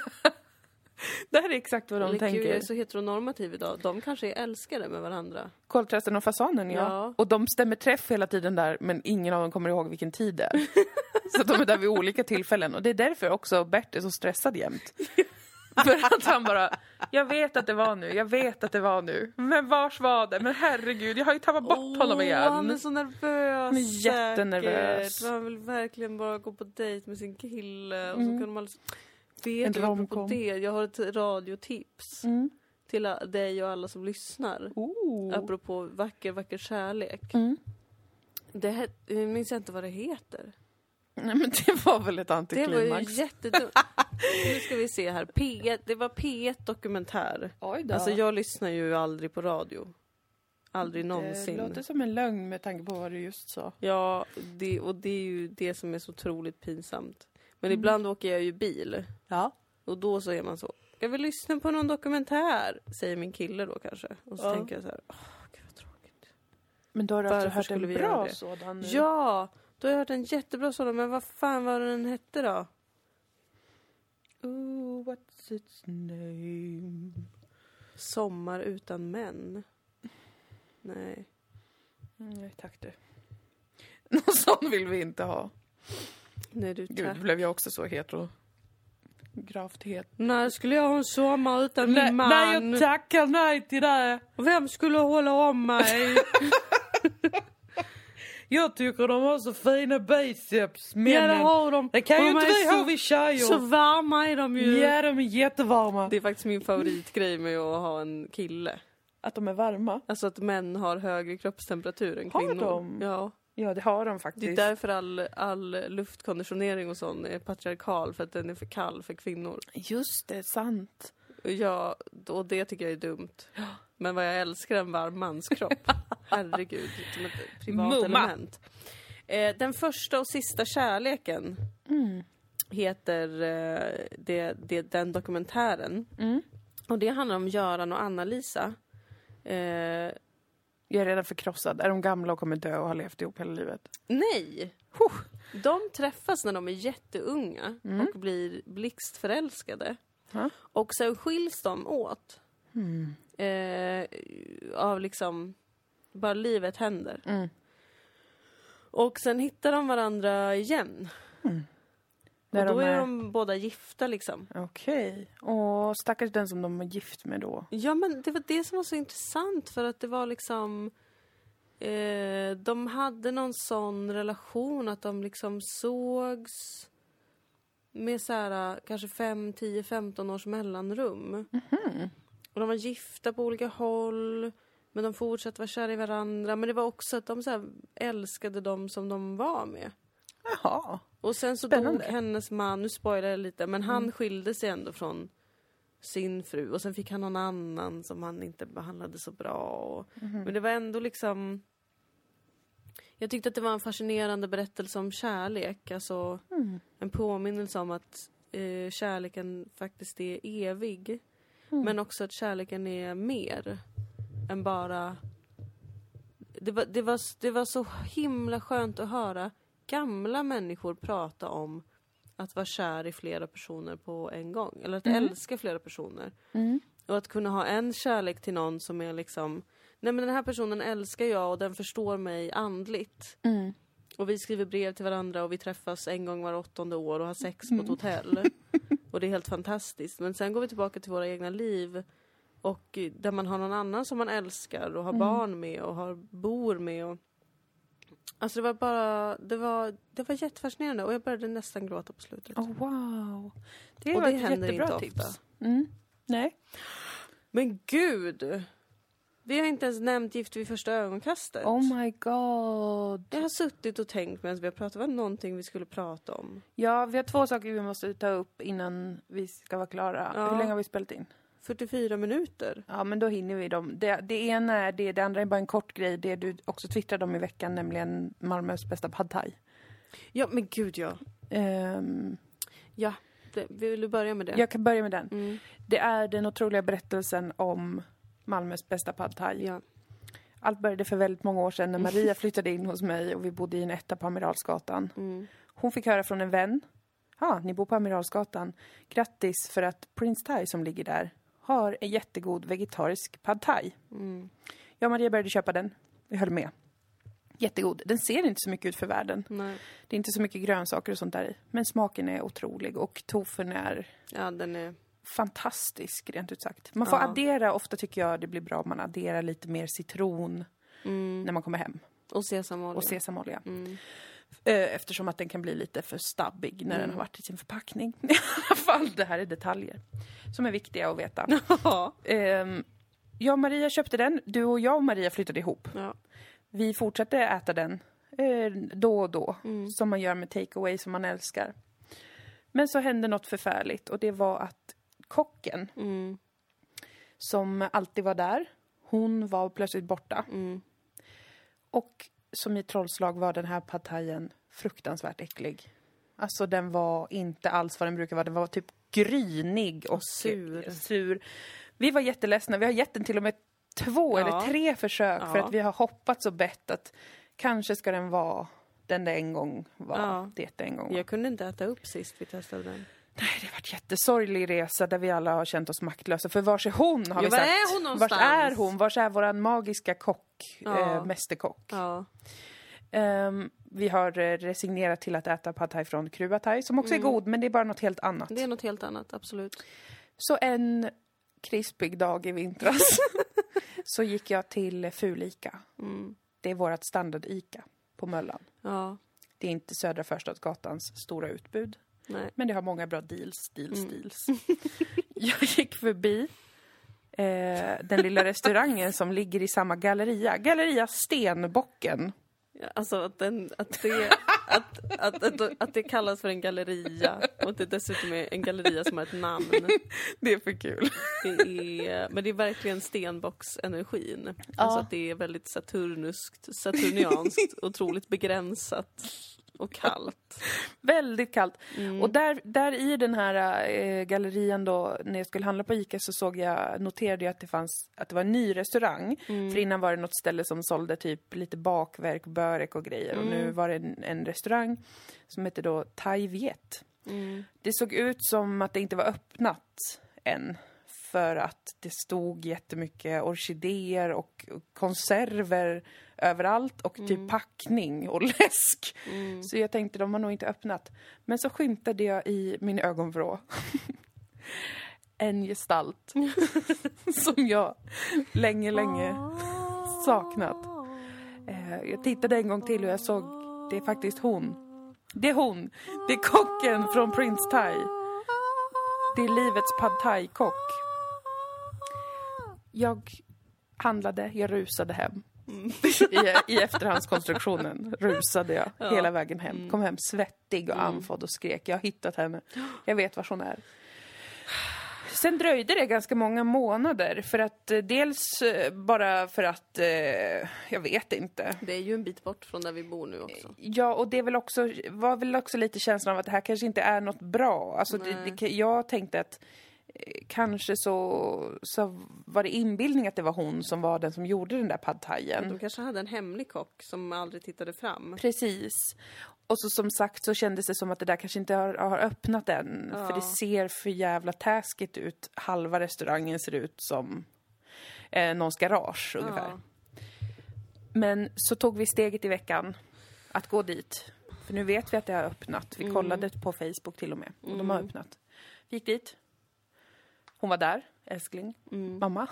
Speaker 1: Det här är exakt vad de
Speaker 2: Eller
Speaker 1: tänker.
Speaker 2: gud, jag är så heteronormativ idag. De kanske är älskade med varandra.
Speaker 1: Koltrasten och fasanen, ja.
Speaker 2: Ja.
Speaker 1: Och de stämmer träff hela tiden där, men ingen av dem kommer ihåg vilken tid det är. Så de är där vid olika tillfällen. Och det är därför också Bert är så stressad jämt. För att han bara, jag vet att det var nu, jag vet att det var nu. Men vars var det? Men herregud, jag har ju tappat bort
Speaker 2: Åh,
Speaker 1: honom igen.
Speaker 2: Han är så nervös.
Speaker 1: Han är jättenervös.
Speaker 2: Säkert. Han vill verkligen bara gå på dejt med sin kille. Och så
Speaker 1: Mm.
Speaker 2: kan de alltså...
Speaker 1: En
Speaker 2: Vet du, apropå
Speaker 1: romcom.
Speaker 2: det, jag har ett radiotips
Speaker 1: Mm.
Speaker 2: till a- dig och alla som lyssnar.
Speaker 1: Oh.
Speaker 2: Apropå vacker, vacker kärlek.
Speaker 1: Mm.
Speaker 2: Det het, jag minns inte vad det heter.
Speaker 1: Nej, men det var väl ett
Speaker 2: Det
Speaker 1: antiklimax.
Speaker 2: var ju jättedumt. Nu ska vi se här. P ett, det var P ett Dokumentär.
Speaker 1: Oj då.
Speaker 2: Alltså jag lyssnar ju aldrig på radio. Aldrig någonsin.
Speaker 1: Det låter som en lögn med tanke på vad du just sa.
Speaker 2: Ja, det, och det är ju det som är så otroligt pinsamt. Men
Speaker 1: Mm.
Speaker 2: ibland åker jag ju bil.
Speaker 1: Ja.
Speaker 2: Och då så är man så. Jag vill lyssna på någon dokumentär. Säger min kille då kanske. Och så
Speaker 1: Ja.
Speaker 2: tänker jag så här. Åh, gud vad tråkigt.
Speaker 1: Men då har du
Speaker 2: Varför
Speaker 1: alltså hört
Speaker 2: skulle
Speaker 1: en
Speaker 2: vi göra
Speaker 1: bra
Speaker 2: det?
Speaker 1: sådan nu?
Speaker 2: Ja, då har jag hört en jättebra sådan. Men vad fan var den hette då?
Speaker 1: Oh, what's its name?
Speaker 2: Sommar utan män. Nej.
Speaker 1: Nej, tack du. Någon sån vill vi inte ha.
Speaker 2: Nej du,
Speaker 1: Gud,
Speaker 2: tack.
Speaker 1: då blev jag också så hetero. Gravt het.
Speaker 2: När skulle jag ha en sommar utan
Speaker 1: Nej,
Speaker 2: min man?
Speaker 1: nej, jag tackar nej till det.
Speaker 2: Vem skulle hålla om mig?
Speaker 1: Jag tycker de har så fina biceps,
Speaker 2: Ja, det
Speaker 1: männen.
Speaker 2: har de.
Speaker 1: Det kan
Speaker 2: Och
Speaker 1: ju
Speaker 2: de
Speaker 1: inte
Speaker 2: är
Speaker 1: vi ha,
Speaker 2: så-
Speaker 1: vi tjejer.
Speaker 2: Så varma är de ju.
Speaker 1: Ja, de är jättevarma.
Speaker 2: Det är faktiskt min favoritgrej med att ha en kille.
Speaker 1: Att de är varma?
Speaker 2: Alltså att män har högre kroppstemperatur än
Speaker 1: Har
Speaker 2: kvinnor.
Speaker 1: de?
Speaker 2: Ja.
Speaker 1: Ja, det har de
Speaker 2: Det
Speaker 1: faktiskt.
Speaker 2: är därför all, all luftkonditionering och sån är patriarkal. För att den är för kall för kvinnor.
Speaker 1: Just det, sant.
Speaker 2: Ja, och det tycker jag är dumt. Men vad jag älskar en varm manskropp. Herregud, som ett privat
Speaker 1: Mumma.
Speaker 2: element. Eh, den första och sista kärleken
Speaker 1: Mm.
Speaker 2: heter eh, det, det, den dokumentären.
Speaker 1: Mm.
Speaker 2: Och det handlar om Göran och Anna-Lisa. Eh,
Speaker 1: Jag är redan förkrossad. Är de gamla och kommer dö och har levt ihop hela livet?
Speaker 2: nej!
Speaker 1: Huh.
Speaker 2: De träffas när de är jätteunga
Speaker 1: Mm.
Speaker 2: och blir blixtförälskade.
Speaker 1: Ja.
Speaker 2: Och sen skiljs de åt.
Speaker 1: Mm.
Speaker 2: Eh, av liksom, bara livet händer.
Speaker 1: Mm.
Speaker 2: Och sen hittar de varandra igen.
Speaker 1: Där
Speaker 2: och då
Speaker 1: de
Speaker 2: är
Speaker 1: är...
Speaker 2: de båda gifta liksom.
Speaker 1: Okej. Och stackars den som de är gift med då.
Speaker 2: Ja, men det var det som var så intressant för att det var liksom eh, de hade någon sån relation att de liksom sågs med så här kanske fem, tio, femton års mellanrum.
Speaker 1: Mhm.
Speaker 2: Och de var gifta på olika håll, men de fortsatte vara kära i varandra. Men det var också att de så här älskade dem som de var med.
Speaker 1: Jaha.
Speaker 2: Och sen så
Speaker 1: Spännande.
Speaker 2: dog hennes man, nu spoilar jag lite, men han skilde sig ändå från sin fru. Och sen fick han någon annan som han inte behandlade så bra. Och, Men det var ändå liksom... Jag tyckte att det var en fascinerande berättelse om kärlek. Alltså
Speaker 1: Mm.
Speaker 2: en påminnelse om att eh, kärleken faktiskt är evig. Men också att kärleken är mer än bara... Det var, det, var, det var så himla skönt att höra gamla människor prata om att vara kär i flera personer på en gång. Eller att älska flera personer.
Speaker 1: Mm.
Speaker 2: Och att kunna ha en kärlek till någon som är liksom... Nej, men den här personen älskar jag och den förstår mig andligt.
Speaker 1: Mm.
Speaker 2: Och vi skriver brev till varandra och vi träffas en gång var åttonde år och har sex på ett hotell. Och det är helt fantastiskt. Men sen går vi tillbaka till våra egna liv. Och där man har någon annan som man älskar och har barn med och har bor med. Och... Alltså det var bara, det var, det var jättefascinerande och jag började nästan gråta på slutet.
Speaker 1: Oh, wow. Det
Speaker 2: Och
Speaker 1: var
Speaker 2: det
Speaker 1: ett
Speaker 2: händer
Speaker 1: jättebra
Speaker 2: inte
Speaker 1: tips.
Speaker 2: ofta.
Speaker 1: Mm. Nej.
Speaker 2: Men gud! Vi har inte ens nämnt Gift vid första ögonkastet.
Speaker 1: Oh my god.
Speaker 2: Jag har suttit och tänkt medan vi har pratat. Var det någonting vi skulle prata om?
Speaker 1: Ja, vi har två saker vi måste ta upp innan vi ska vara klara.
Speaker 2: Ja.
Speaker 1: Hur länge har vi spelat in?
Speaker 2: fyrtiofyra minuter.
Speaker 1: Ja, men då hinner vi dem. Det, det ena är det, det andra är bara en kort grej. Det du också twittrade om i veckan, nämligen Malmös bästa pad thai.
Speaker 2: Ja, men gud ja.
Speaker 1: Ehm,
Speaker 2: Ja, det, vill du börja med det?
Speaker 1: jag kan börja med den.
Speaker 2: Mm.
Speaker 1: Det är den otroliga berättelsen om Malmös bästa pad thai.
Speaker 2: Ja.
Speaker 1: Allt började för väldigt många år sedan när Maria flyttade in hos mig och vi bodde i en etta på Amiralsgatan.
Speaker 2: Mm.
Speaker 1: Hon fick höra från en vän. Ja, ni bor på Amiralsgatan. Grattis för att Prince Thai som ligger där har en jättegod vegetarisk pad thai.
Speaker 2: Mm.
Speaker 1: Jag och Maria började köpa den. Vi höll med. Jättegod. Den ser inte så mycket ut för världen.
Speaker 2: Nej.
Speaker 1: Det är inte så mycket grönsaker och sånt där i. Men smaken är otrolig och tofun är
Speaker 2: Ja, den är...
Speaker 1: fantastisk rent ut sagt. Man får
Speaker 2: Ja.
Speaker 1: addera, ofta tycker jag det blir bra om man adderar lite mer citron
Speaker 2: Mm.
Speaker 1: när man kommer hem.
Speaker 2: Och sesamolja.
Speaker 1: Och sesamolja.
Speaker 2: Mm.
Speaker 1: Eh, Eftersom att den kan bli lite för stabbig när
Speaker 2: Mm.
Speaker 1: den har varit i sin förpackning. I alla fall, det här är detaljer som är viktiga att veta.
Speaker 2: Ja.
Speaker 1: Ehm, jag och Maria köpte den. Du och jag och Maria flyttade ihop.
Speaker 2: Ja.
Speaker 1: Vi fortsatte äta den eh, då och då. Mm. Som man gör med takeaway som man älskar. Men så hände något förfärligt. Och det var att kocken, mm. som alltid var där, hon var plötsligt borta. Mm. Och som i trollslag var den här pad thaien fruktansvärt äcklig. Alltså den var inte alls vad den brukar vara. Den var typ grynig och, och sur. sur. Vi var jätteledsna. Vi har gett den till och med två ja. eller tre försök. Ja. För att vi har hoppats och bett att kanske ska den vara den det en gång var. Ja. Det en gång var.
Speaker 2: Jag kunde inte äta upp sist vi testade den.
Speaker 1: Nej, det har varit jättesorglig resa där vi alla har känt oss maktlösa. För vars är hon, har
Speaker 2: ja,
Speaker 1: vi sagt.
Speaker 2: Är hon någonstans?
Speaker 1: Vars är hon? Vars är våran magiska kock, ja. äh, mästerkock? Ja. Um, vi har resignerat till att äta pad thai från Kruba Thai, som också mm. är god, men det är bara något helt annat.
Speaker 2: Det är något helt annat, absolut.
Speaker 1: Så en krispig dag i vintras så gick jag till Fulika. Mm. Det är vårt standard-Ica på Möllan. Ja. Det är inte Södra Förstadsgatans stora utbud. Nej. Men det har många bra deals, deals, mm. deals. Jag gick förbi eh, den lilla restaurangen som ligger i samma galleria. Galleria Stenbocken.
Speaker 2: Ja, alltså att, den, att, det, att, att, att, att det kallas för en galleria. Och att det dessutom är en galleria som har ett namn.
Speaker 1: Det är för kul.
Speaker 2: Det är, men det är verkligen stenbocksenergin. Ja. Alltså att det är väldigt saturnuskt, saturnianskt, otroligt begränsat. Och kallt.
Speaker 1: Väldigt kallt. Mm. Och där, där i den här eh, gallerian då, när jag skulle handla på Ica, så såg jag, noterade jag att det fanns, att det var en ny restaurang. Mm. För innan var det något ställe som sålde typ lite bakverk, börek och grejer. Mm. Och nu var det en, en restaurang som heter då Thai Viet. Mm. Det såg ut som att det inte var öppnat än. För att det stod jättemycket orkidéer och konserver överallt. Och typ mm. packning och läsk. Mm. Så jag tänkte, de har nog inte öppnat. Men så skymtade jag i min ögonvrå en gestalt som jag länge, länge saknat. Jag tittade en gång till och jag såg, det är faktiskt hon. Det är hon. Det är kocken från Prince Thai. Det är livets pad thai-kock. Jag handlade, jag rusade hem. Mm. I, I efterhandskonstruktionen rusade jag ja. hela vägen hem. Mm. Kom hem svettig och mm. andfådd och skrek. Jag har hittat henne. Jag vet var hon är. Sen dröjde det ganska många månader. För att eh, dels eh, bara för att, eh, jag vet inte.
Speaker 2: Det är ju en bit bort från där vi bor nu också.
Speaker 1: Ja, och det är väl också, var väl också lite känslan av att det här kanske inte är något bra. Alltså det, det, jag tänkte att kanske så, så var det inbildning att det var hon som var den som gjorde den där pad thaien.
Speaker 2: De kanske hade en hemlig kock som aldrig tittade fram.
Speaker 1: Precis. Och så som sagt så kändes det som att det där kanske inte har, har öppnat än. Ja. För det ser för jävla taskigt ut. Halva restaurangen ser ut som eh, någons garage ungefär. Ja. Men så tog vi steget i veckan att gå dit. För nu vet vi att det har öppnat. Vi mm. kollade på Facebook till och med. Och mm. de har öppnat. Vi gick dit. Hon var där, älskling, mm. mamma.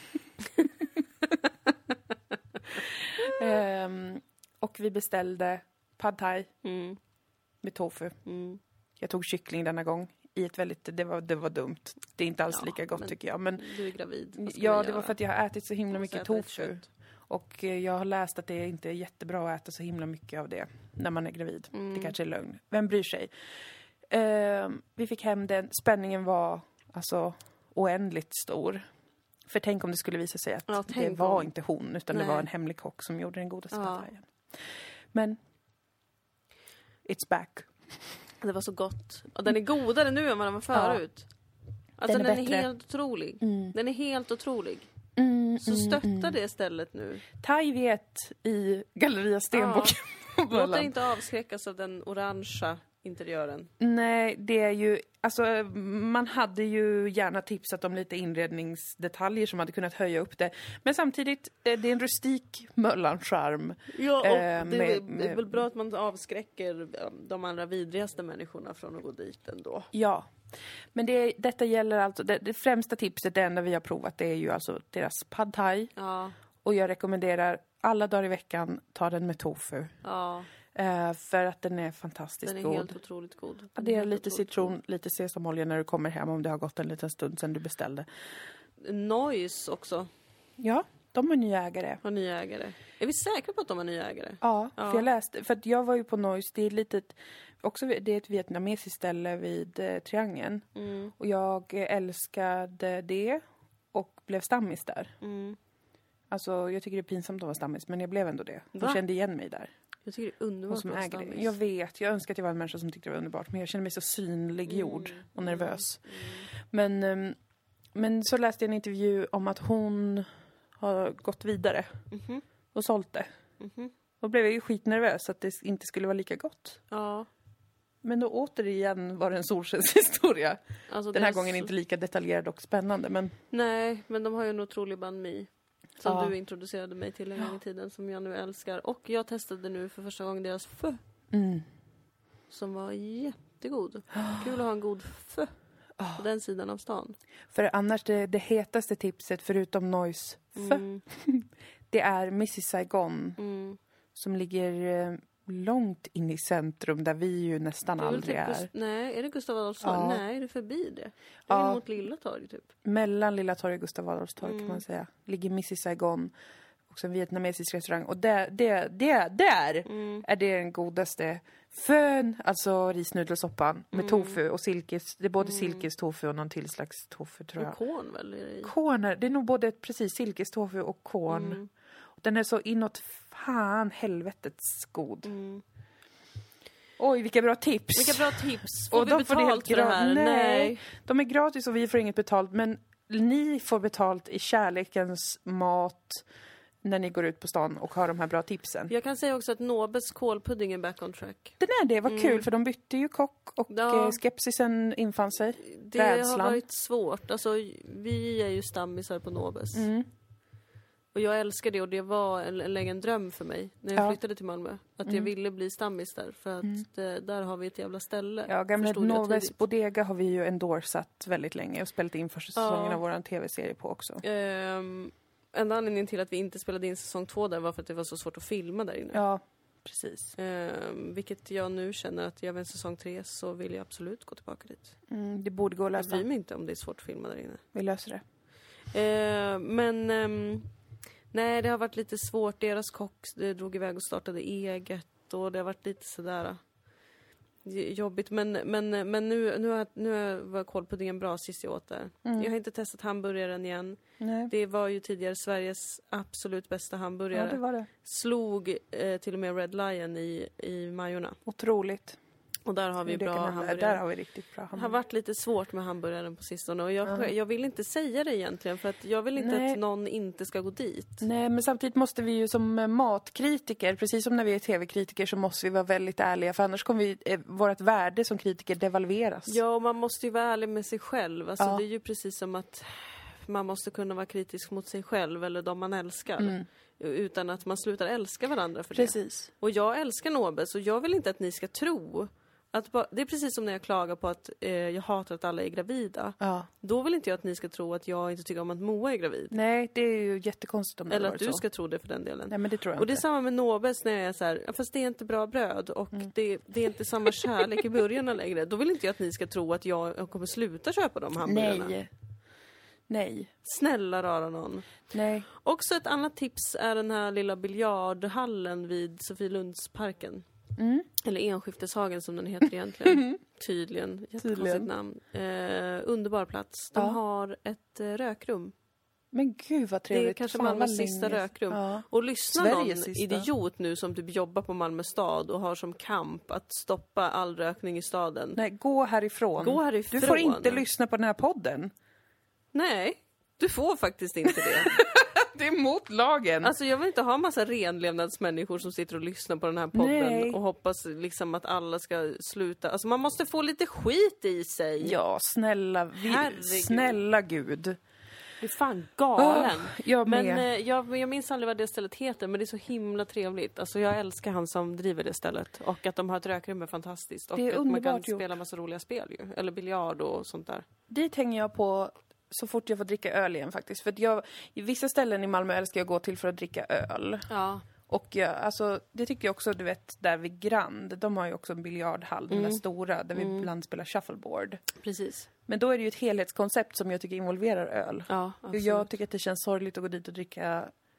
Speaker 1: um, och vi beställde pad thai mm. med tofu. Mm. Jag tog kyckling denna gång. I ett väldigt, det var, det var dumt. Det är inte alls ja, lika gott tycker jag. Men,
Speaker 2: du är gravid.
Speaker 1: Ja, det var för att jag har ätit så himla mycket tofu. Och jag har läst att det inte är jättebra att äta så himla mycket av det när man är gravid. Mm. Det kanske är lögn. Vem bryr sig? Uh, vi fick hem den. Spänningen var alltså oändligt stor. För tänk om det skulle visa sig att ja, det var om. inte hon utan Nej. det var en hemlig kock som gjorde den godaste pad thaien. Men it's back.
Speaker 2: Det var så gott. Och den är godare nu än vad den var förut. Ja. Alltså den är, den är helt otrolig. Mm. Den är helt otrolig. Mm, så stötta mm, det stället nu.
Speaker 1: Thai Viet i Galleria Stenbock.
Speaker 2: Ja. Låt dig inte avskräckas av den orangea interiören.
Speaker 1: Nej, det är ju, alltså man hade ju gärna tipsat om lite inredningsdetaljer som hade kunnat höja upp det. Men samtidigt, det är en rustik Möllan-charm.
Speaker 2: Ja, och eh, med, det, är, det är väl bra att man avskräcker de allra vidrigaste människorna från att gå dit ändå.
Speaker 1: Ja, men det, detta gäller alltså, det, det främsta tipset, det enda vi har provat, det är ju alltså deras pad thai. Ja. Och jag rekommenderar alla dagar i veckan, ta den med tofu. Ja. Uh, för att den är fantastiskt god.
Speaker 2: Den är god. Helt otroligt god.
Speaker 1: Addera lite citron, god. lite sesamolja när du kommer hem om det har gått en liten stund sedan du beställde.
Speaker 2: Noise också.
Speaker 1: Ja, De är nya ägare.
Speaker 2: Har nya ägare. Är vi säkra på att de har nya ägare?
Speaker 1: Ja,
Speaker 2: Ja.
Speaker 1: för jag läste, för att jag var ju på Noise, det är ett litet, också det är ett vietnamesiskt ställe vid eh, Triangeln.
Speaker 2: Mm.
Speaker 1: Och jag eh, älskade det och blev stammis där.
Speaker 2: Mm.
Speaker 1: Alltså jag tycker det är pinsamt att vara stammis, men jag blev ändå det.
Speaker 2: Va?
Speaker 1: Jag kände igen mig där.
Speaker 2: Jag tycker det är underbart
Speaker 1: Och som
Speaker 2: att vara
Speaker 1: äger det.
Speaker 2: stammis.
Speaker 1: Jag vet, jag önskar att jag var en människa som tyckte det var underbart, men jag känner mig så synliggjord
Speaker 2: Mm.
Speaker 1: och nervös.
Speaker 2: Mm.
Speaker 1: Men, ehm, men så läste jag en intervju om att hon har gått vidare
Speaker 2: Mhm.
Speaker 1: och sålt det.
Speaker 2: Mhm.
Speaker 1: Då blev jag ju skitnervös att det inte skulle vara lika gott.
Speaker 2: Ja.
Speaker 1: Men då återigen var det en solskenshistoria.
Speaker 2: Alltså
Speaker 1: Den här
Speaker 2: deras-
Speaker 1: gången inte lika detaljerad och spännande, men
Speaker 2: Nej, men de har ju en otrolig band Mi. Som
Speaker 1: Ja.
Speaker 2: du introducerade mig till en gång i tiden, som jag nu älskar. Och jag testade nu för första gången deras fö,
Speaker 1: mm.
Speaker 2: som var jättegod. Kul att ha en god fö på den sidan av stan.
Speaker 1: För annars det, det hetaste tipset förutom Noise F,
Speaker 2: Mm.
Speaker 1: det är missus Saigon
Speaker 2: Mm.
Speaker 1: som ligger eh, långt in i centrum där vi ju nästan
Speaker 2: Det är väl
Speaker 1: aldrig
Speaker 2: typ
Speaker 1: är.
Speaker 2: Gust- Nej, är det Gustav Adolfs torg?
Speaker 1: Ja.
Speaker 2: Nej, är det förbi det? Det är
Speaker 1: Ja.
Speaker 2: ju mot Lilla torg typ.
Speaker 1: Mellan Lilla torg och Gustav Adolfs torg kan
Speaker 2: Mm.
Speaker 1: man säga. Ligger missus Saigon, också en vietnamesisk restaurang. Och där, det, det, där
Speaker 2: Mm.
Speaker 1: är det den godaste fön, alltså risnudelsoppan med
Speaker 2: Mm.
Speaker 1: tofu och silkes. Det är både
Speaker 2: Mm.
Speaker 1: silkestofu och någon till slags tofu tror jag.
Speaker 2: Och korn väl är det i?
Speaker 1: Korn är, det är nog både precis silkestofu och korn.
Speaker 2: Mm.
Speaker 1: Den är så inåt fan helvetets god.
Speaker 2: Mm.
Speaker 1: Oj, vilka bra tips.
Speaker 2: Vilka bra tips! Får
Speaker 1: Och
Speaker 2: vi
Speaker 1: de får det
Speaker 2: betalt
Speaker 1: helt
Speaker 2: för det här?
Speaker 1: gra- Nej.
Speaker 2: Nej.
Speaker 1: De är gratis och vi får inget betalt, men ni får betalt i kärlekens mat när ni går ut på stan och har de här bra tipsen.
Speaker 2: Jag kan säga också att Nobes kålpudding är back on track.
Speaker 1: Den är det, vad
Speaker 2: Mm.
Speaker 1: kul, för de bytte ju kock och
Speaker 2: Ja.
Speaker 1: eh, skepsisen infann sig.
Speaker 2: Det
Speaker 1: Rädslan.
Speaker 2: har varit svårt. Alltså, vi är ju stammisar på Nobes.
Speaker 1: Mm.
Speaker 2: Och jag älskar det och det var en, en länge en dröm för mig när jag
Speaker 1: Ja.
Speaker 2: flyttade till Malmö. Att jag
Speaker 1: Mm.
Speaker 2: ville bli stammis där. För att
Speaker 1: Mm.
Speaker 2: det, där har vi ett jävla ställe.
Speaker 1: Ja, gamla
Speaker 2: förstod jag
Speaker 1: Noves
Speaker 2: tidigt.
Speaker 1: Bodega har vi ju endorsat väldigt länge och spelat in första
Speaker 2: Ja.
Speaker 1: säsongen av vår tv-serie på också.
Speaker 2: Ehm, enda anledningen till att vi inte spelade in säsong två där var för att det var så svårt att filma där inne.
Speaker 1: Ja, precis.
Speaker 2: Ehm, vilket jag nu känner att jag vid säsong tre så vill jag absolut gå tillbaka dit.
Speaker 1: Mm, det borde gå att
Speaker 2: Jag
Speaker 1: lösa.
Speaker 2: bryr mig inte om det är svårt att filma där inne.
Speaker 1: Vi löser det.
Speaker 2: Ehm, men ehm, nej, det har varit lite svårt. Deras kock det drog iväg och startade eget och det har varit lite sådär eh, jobbigt. Men, men, men nu, nu, har, nu var kålpuddingen bra sist jag åt där.
Speaker 1: Mm.
Speaker 2: Jag har inte testat hamburgaren igen.
Speaker 1: Nej.
Speaker 2: Det var ju tidigare Sveriges absolut bästa hamburgare.
Speaker 1: Ja, det var det.
Speaker 2: Slog eh, till och med Red Lion i, i Majorna.
Speaker 1: Otroligt.
Speaker 2: Och där har vi
Speaker 1: Hur det
Speaker 2: bra
Speaker 1: kan hända.
Speaker 2: hamburgare.
Speaker 1: Där har vi riktigt bra
Speaker 2: Det har
Speaker 1: hamburgare.
Speaker 2: varit lite svårt med hamburgaren på sistone och jag,
Speaker 1: Ja.
Speaker 2: jag vill inte säga det egentligen för att jag vill inte
Speaker 1: Nej.
Speaker 2: att någon inte ska gå dit.
Speaker 1: Nej, men samtidigt måste vi ju som eh, matkritiker, precis som när vi är tv-kritiker, så måste vi vara väldigt ärliga. För annars kommer vi, eh, vårt värde som kritiker devalveras.
Speaker 2: Ja, och man måste ju vara ärlig med sig själv. Alltså,
Speaker 1: Ja.
Speaker 2: det är ju precis som att man måste kunna vara kritisk mot sig själv eller de man älskar.
Speaker 1: Mm.
Speaker 2: Utan att man slutar älska varandra för det.
Speaker 1: Precis.
Speaker 2: Och jag älskar Nobes och jag vill inte att ni ska tro att ba- det är precis som när jag klagar på att eh, jag hatar att alla är gravida.
Speaker 1: Ja.
Speaker 2: Då vill inte jag att ni ska tro att jag inte tycker om att Moa är gravid.
Speaker 1: Nej, det är ju jättekonstigt om det
Speaker 2: Eller
Speaker 1: hade
Speaker 2: att
Speaker 1: varit
Speaker 2: du
Speaker 1: så.
Speaker 2: ska tro det för den delen.
Speaker 1: Nej, men det tror jag
Speaker 2: Och det är
Speaker 1: inte.
Speaker 2: samma med Nobes när jag är så här, "Ja, fast det är inte bra bröd och
Speaker 1: Mm.
Speaker 2: det, det är inte samma kärlek i början längre. Då vill inte jag att ni ska tro att jag, jag kommer sluta köpa de hamburgarna.
Speaker 1: Nej. Nej.
Speaker 2: Snälla rara någon.
Speaker 1: Nej.
Speaker 2: Också ett annat tips är den här lilla biljardhallen vid Sofielundsparken.
Speaker 1: Mm.
Speaker 2: Eller Enskifteshagen som den heter egentligen. Tydligen. Jättekonstigt
Speaker 1: Tydligen.
Speaker 2: namn. Eh, underbar plats. De
Speaker 1: Ja.
Speaker 2: har ett eh, rökrum.
Speaker 1: Men gud vad trevligt.
Speaker 2: Det är kanske
Speaker 1: Fan,
Speaker 2: Malmös
Speaker 1: vad
Speaker 2: sista
Speaker 1: länge-
Speaker 2: rökrum.
Speaker 1: Ja.
Speaker 2: Och lyssna
Speaker 1: Sveriges
Speaker 2: någon
Speaker 1: sista.
Speaker 2: idiot nu som typ jobbar på Malmö stad och har som kamp att stoppa all rökning i staden.
Speaker 1: Nej, gå härifrån.
Speaker 2: Gå härifrån.
Speaker 1: Du får inte lyssna på den här podden.
Speaker 2: Nej, du får faktiskt inte det.
Speaker 1: Det är mot lagen.
Speaker 2: Alltså jag vill inte ha massa renlevnadsmänniskor som sitter och lyssnar på den här podden
Speaker 1: Nej.
Speaker 2: och hoppas liksom att alla ska sluta. Alltså man måste få lite skit i sig.
Speaker 1: Ja, snälla. Vi,
Speaker 2: Herregud.
Speaker 1: snälla Gud.
Speaker 2: Du är fan galen.
Speaker 1: Åh, jag
Speaker 2: Men
Speaker 1: med.
Speaker 2: eh, jag, jag minns aldrig vad det stället heter, men det är så himla trevligt. Alltså jag älskar han som driver det stället. Och att de har ett rökrum är fantastiskt. Och
Speaker 1: Det är
Speaker 2: att man kan
Speaker 1: underbart gjort.
Speaker 2: spela massa roliga spel ju. Eller biljard och sånt där.
Speaker 1: Dit hänger jag på så fort jag får dricka öl igen faktiskt. För att jag, i vissa ställen i Malmö älskar jag att gå till för att dricka öl.
Speaker 2: Ja.
Speaker 1: Och jag, alltså, det tycker jag också, du vet, där vid Grand, de har ju också en biljardhall, den där stora, där vi ibland spelar shuffleboard.
Speaker 2: Precis.
Speaker 1: Men då är det ju ett helhetskoncept som jag tycker involverar öl.
Speaker 2: Ja,
Speaker 1: Och
Speaker 2: absolut.
Speaker 1: jag tycker att det känns sorgligt att gå dit och dricka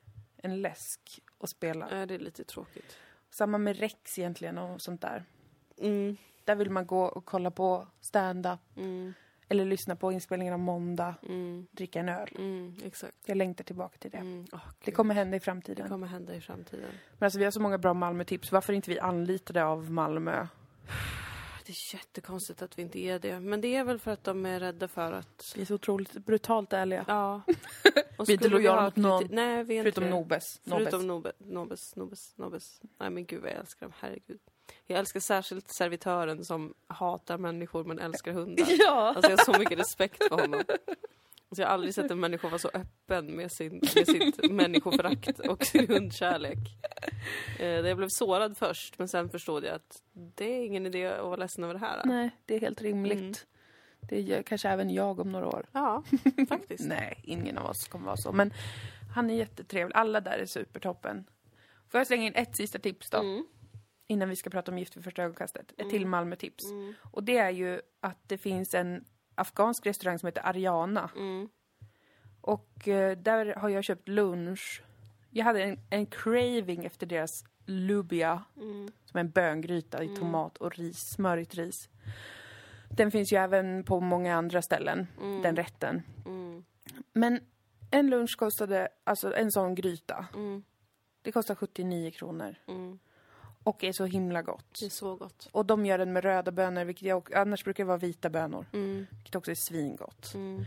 Speaker 1: en läsk att spela.
Speaker 2: Ja, det är lite tråkigt.
Speaker 1: Samma med Rex egentligen och sånt där.
Speaker 2: Mm.
Speaker 1: Där vill man gå och kolla på stand-up.
Speaker 2: Mm.
Speaker 1: Eller lyssna på inspelningen av måndag.
Speaker 2: Mm.
Speaker 1: Dricka en öl.
Speaker 2: Mm, exakt.
Speaker 1: Jag längtar tillbaka till det.
Speaker 2: Mm. Oh,
Speaker 1: det kommer hända i framtiden.
Speaker 2: Det kommer hända i framtiden.
Speaker 1: Men alltså vi har så många bra Malmö-tips. Varför är inte vi anlitade av Malmö?
Speaker 2: Det är jättekonstigt att vi inte är det. Men det är väl för att de är rädda för att...
Speaker 1: Vi är så otroligt brutalt ärliga.
Speaker 2: Ja.
Speaker 1: Vi är inte lojala mot någon.
Speaker 2: Lite... Nej, vi är
Speaker 1: förutom
Speaker 2: inte
Speaker 1: Nobes.
Speaker 2: Förutom Nobes. Nobes, Nobes, Nobes. Nej men gud vad jag älskar dem. Herregud. Jag älskar särskilt servitören som hatar människor men älskar hundar.
Speaker 1: Ja.
Speaker 2: Alltså jag har så mycket respekt för honom. Alltså jag har aldrig sett en människa vara så öppen med, sin, med sitt människoförakt och sin hundkärlek. Eh, jag blev sårad först, men sen förstod jag att det är ingen idé att vara ledsen över det här.
Speaker 1: Nej, det är helt rimligt.
Speaker 2: Mm.
Speaker 1: Det gör kanske även jag om några år.
Speaker 2: Ja, faktiskt.
Speaker 1: Nej, ingen av oss kommer vara så. Men han är jättetrevlig. Alla där är supertoppen. Får jag slänga in ett sista tips då?
Speaker 2: Mm.
Speaker 1: Innan vi ska prata om Gift vid första ögonkastet. Ett
Speaker 2: Mm.
Speaker 1: till Malmö-tips.
Speaker 2: Mm.
Speaker 1: Och det är ju att det finns en afghansk restaurang som heter Ariana.
Speaker 2: Mm.
Speaker 1: Och eh, där har jag köpt lunch. Jag hade en, en craving efter deras lubia.
Speaker 2: Mm.
Speaker 1: Som är en böngryta i tomat och ris, smörigt ris. Den finns ju även på många andra ställen,
Speaker 2: Mm.
Speaker 1: den rätten.
Speaker 2: Mm.
Speaker 1: Men en lunch kostade, alltså en sån gryta.
Speaker 2: Mm.
Speaker 1: Det kostar sjuttionio kronor.
Speaker 2: Mm.
Speaker 1: Och är så himla gott.
Speaker 2: Det är så gott.
Speaker 1: Och de gör den med röda bönor, vilket jag, annars brukar det vara vita bönor.
Speaker 2: Mm.
Speaker 1: Vilket också är svingott.
Speaker 2: Mm.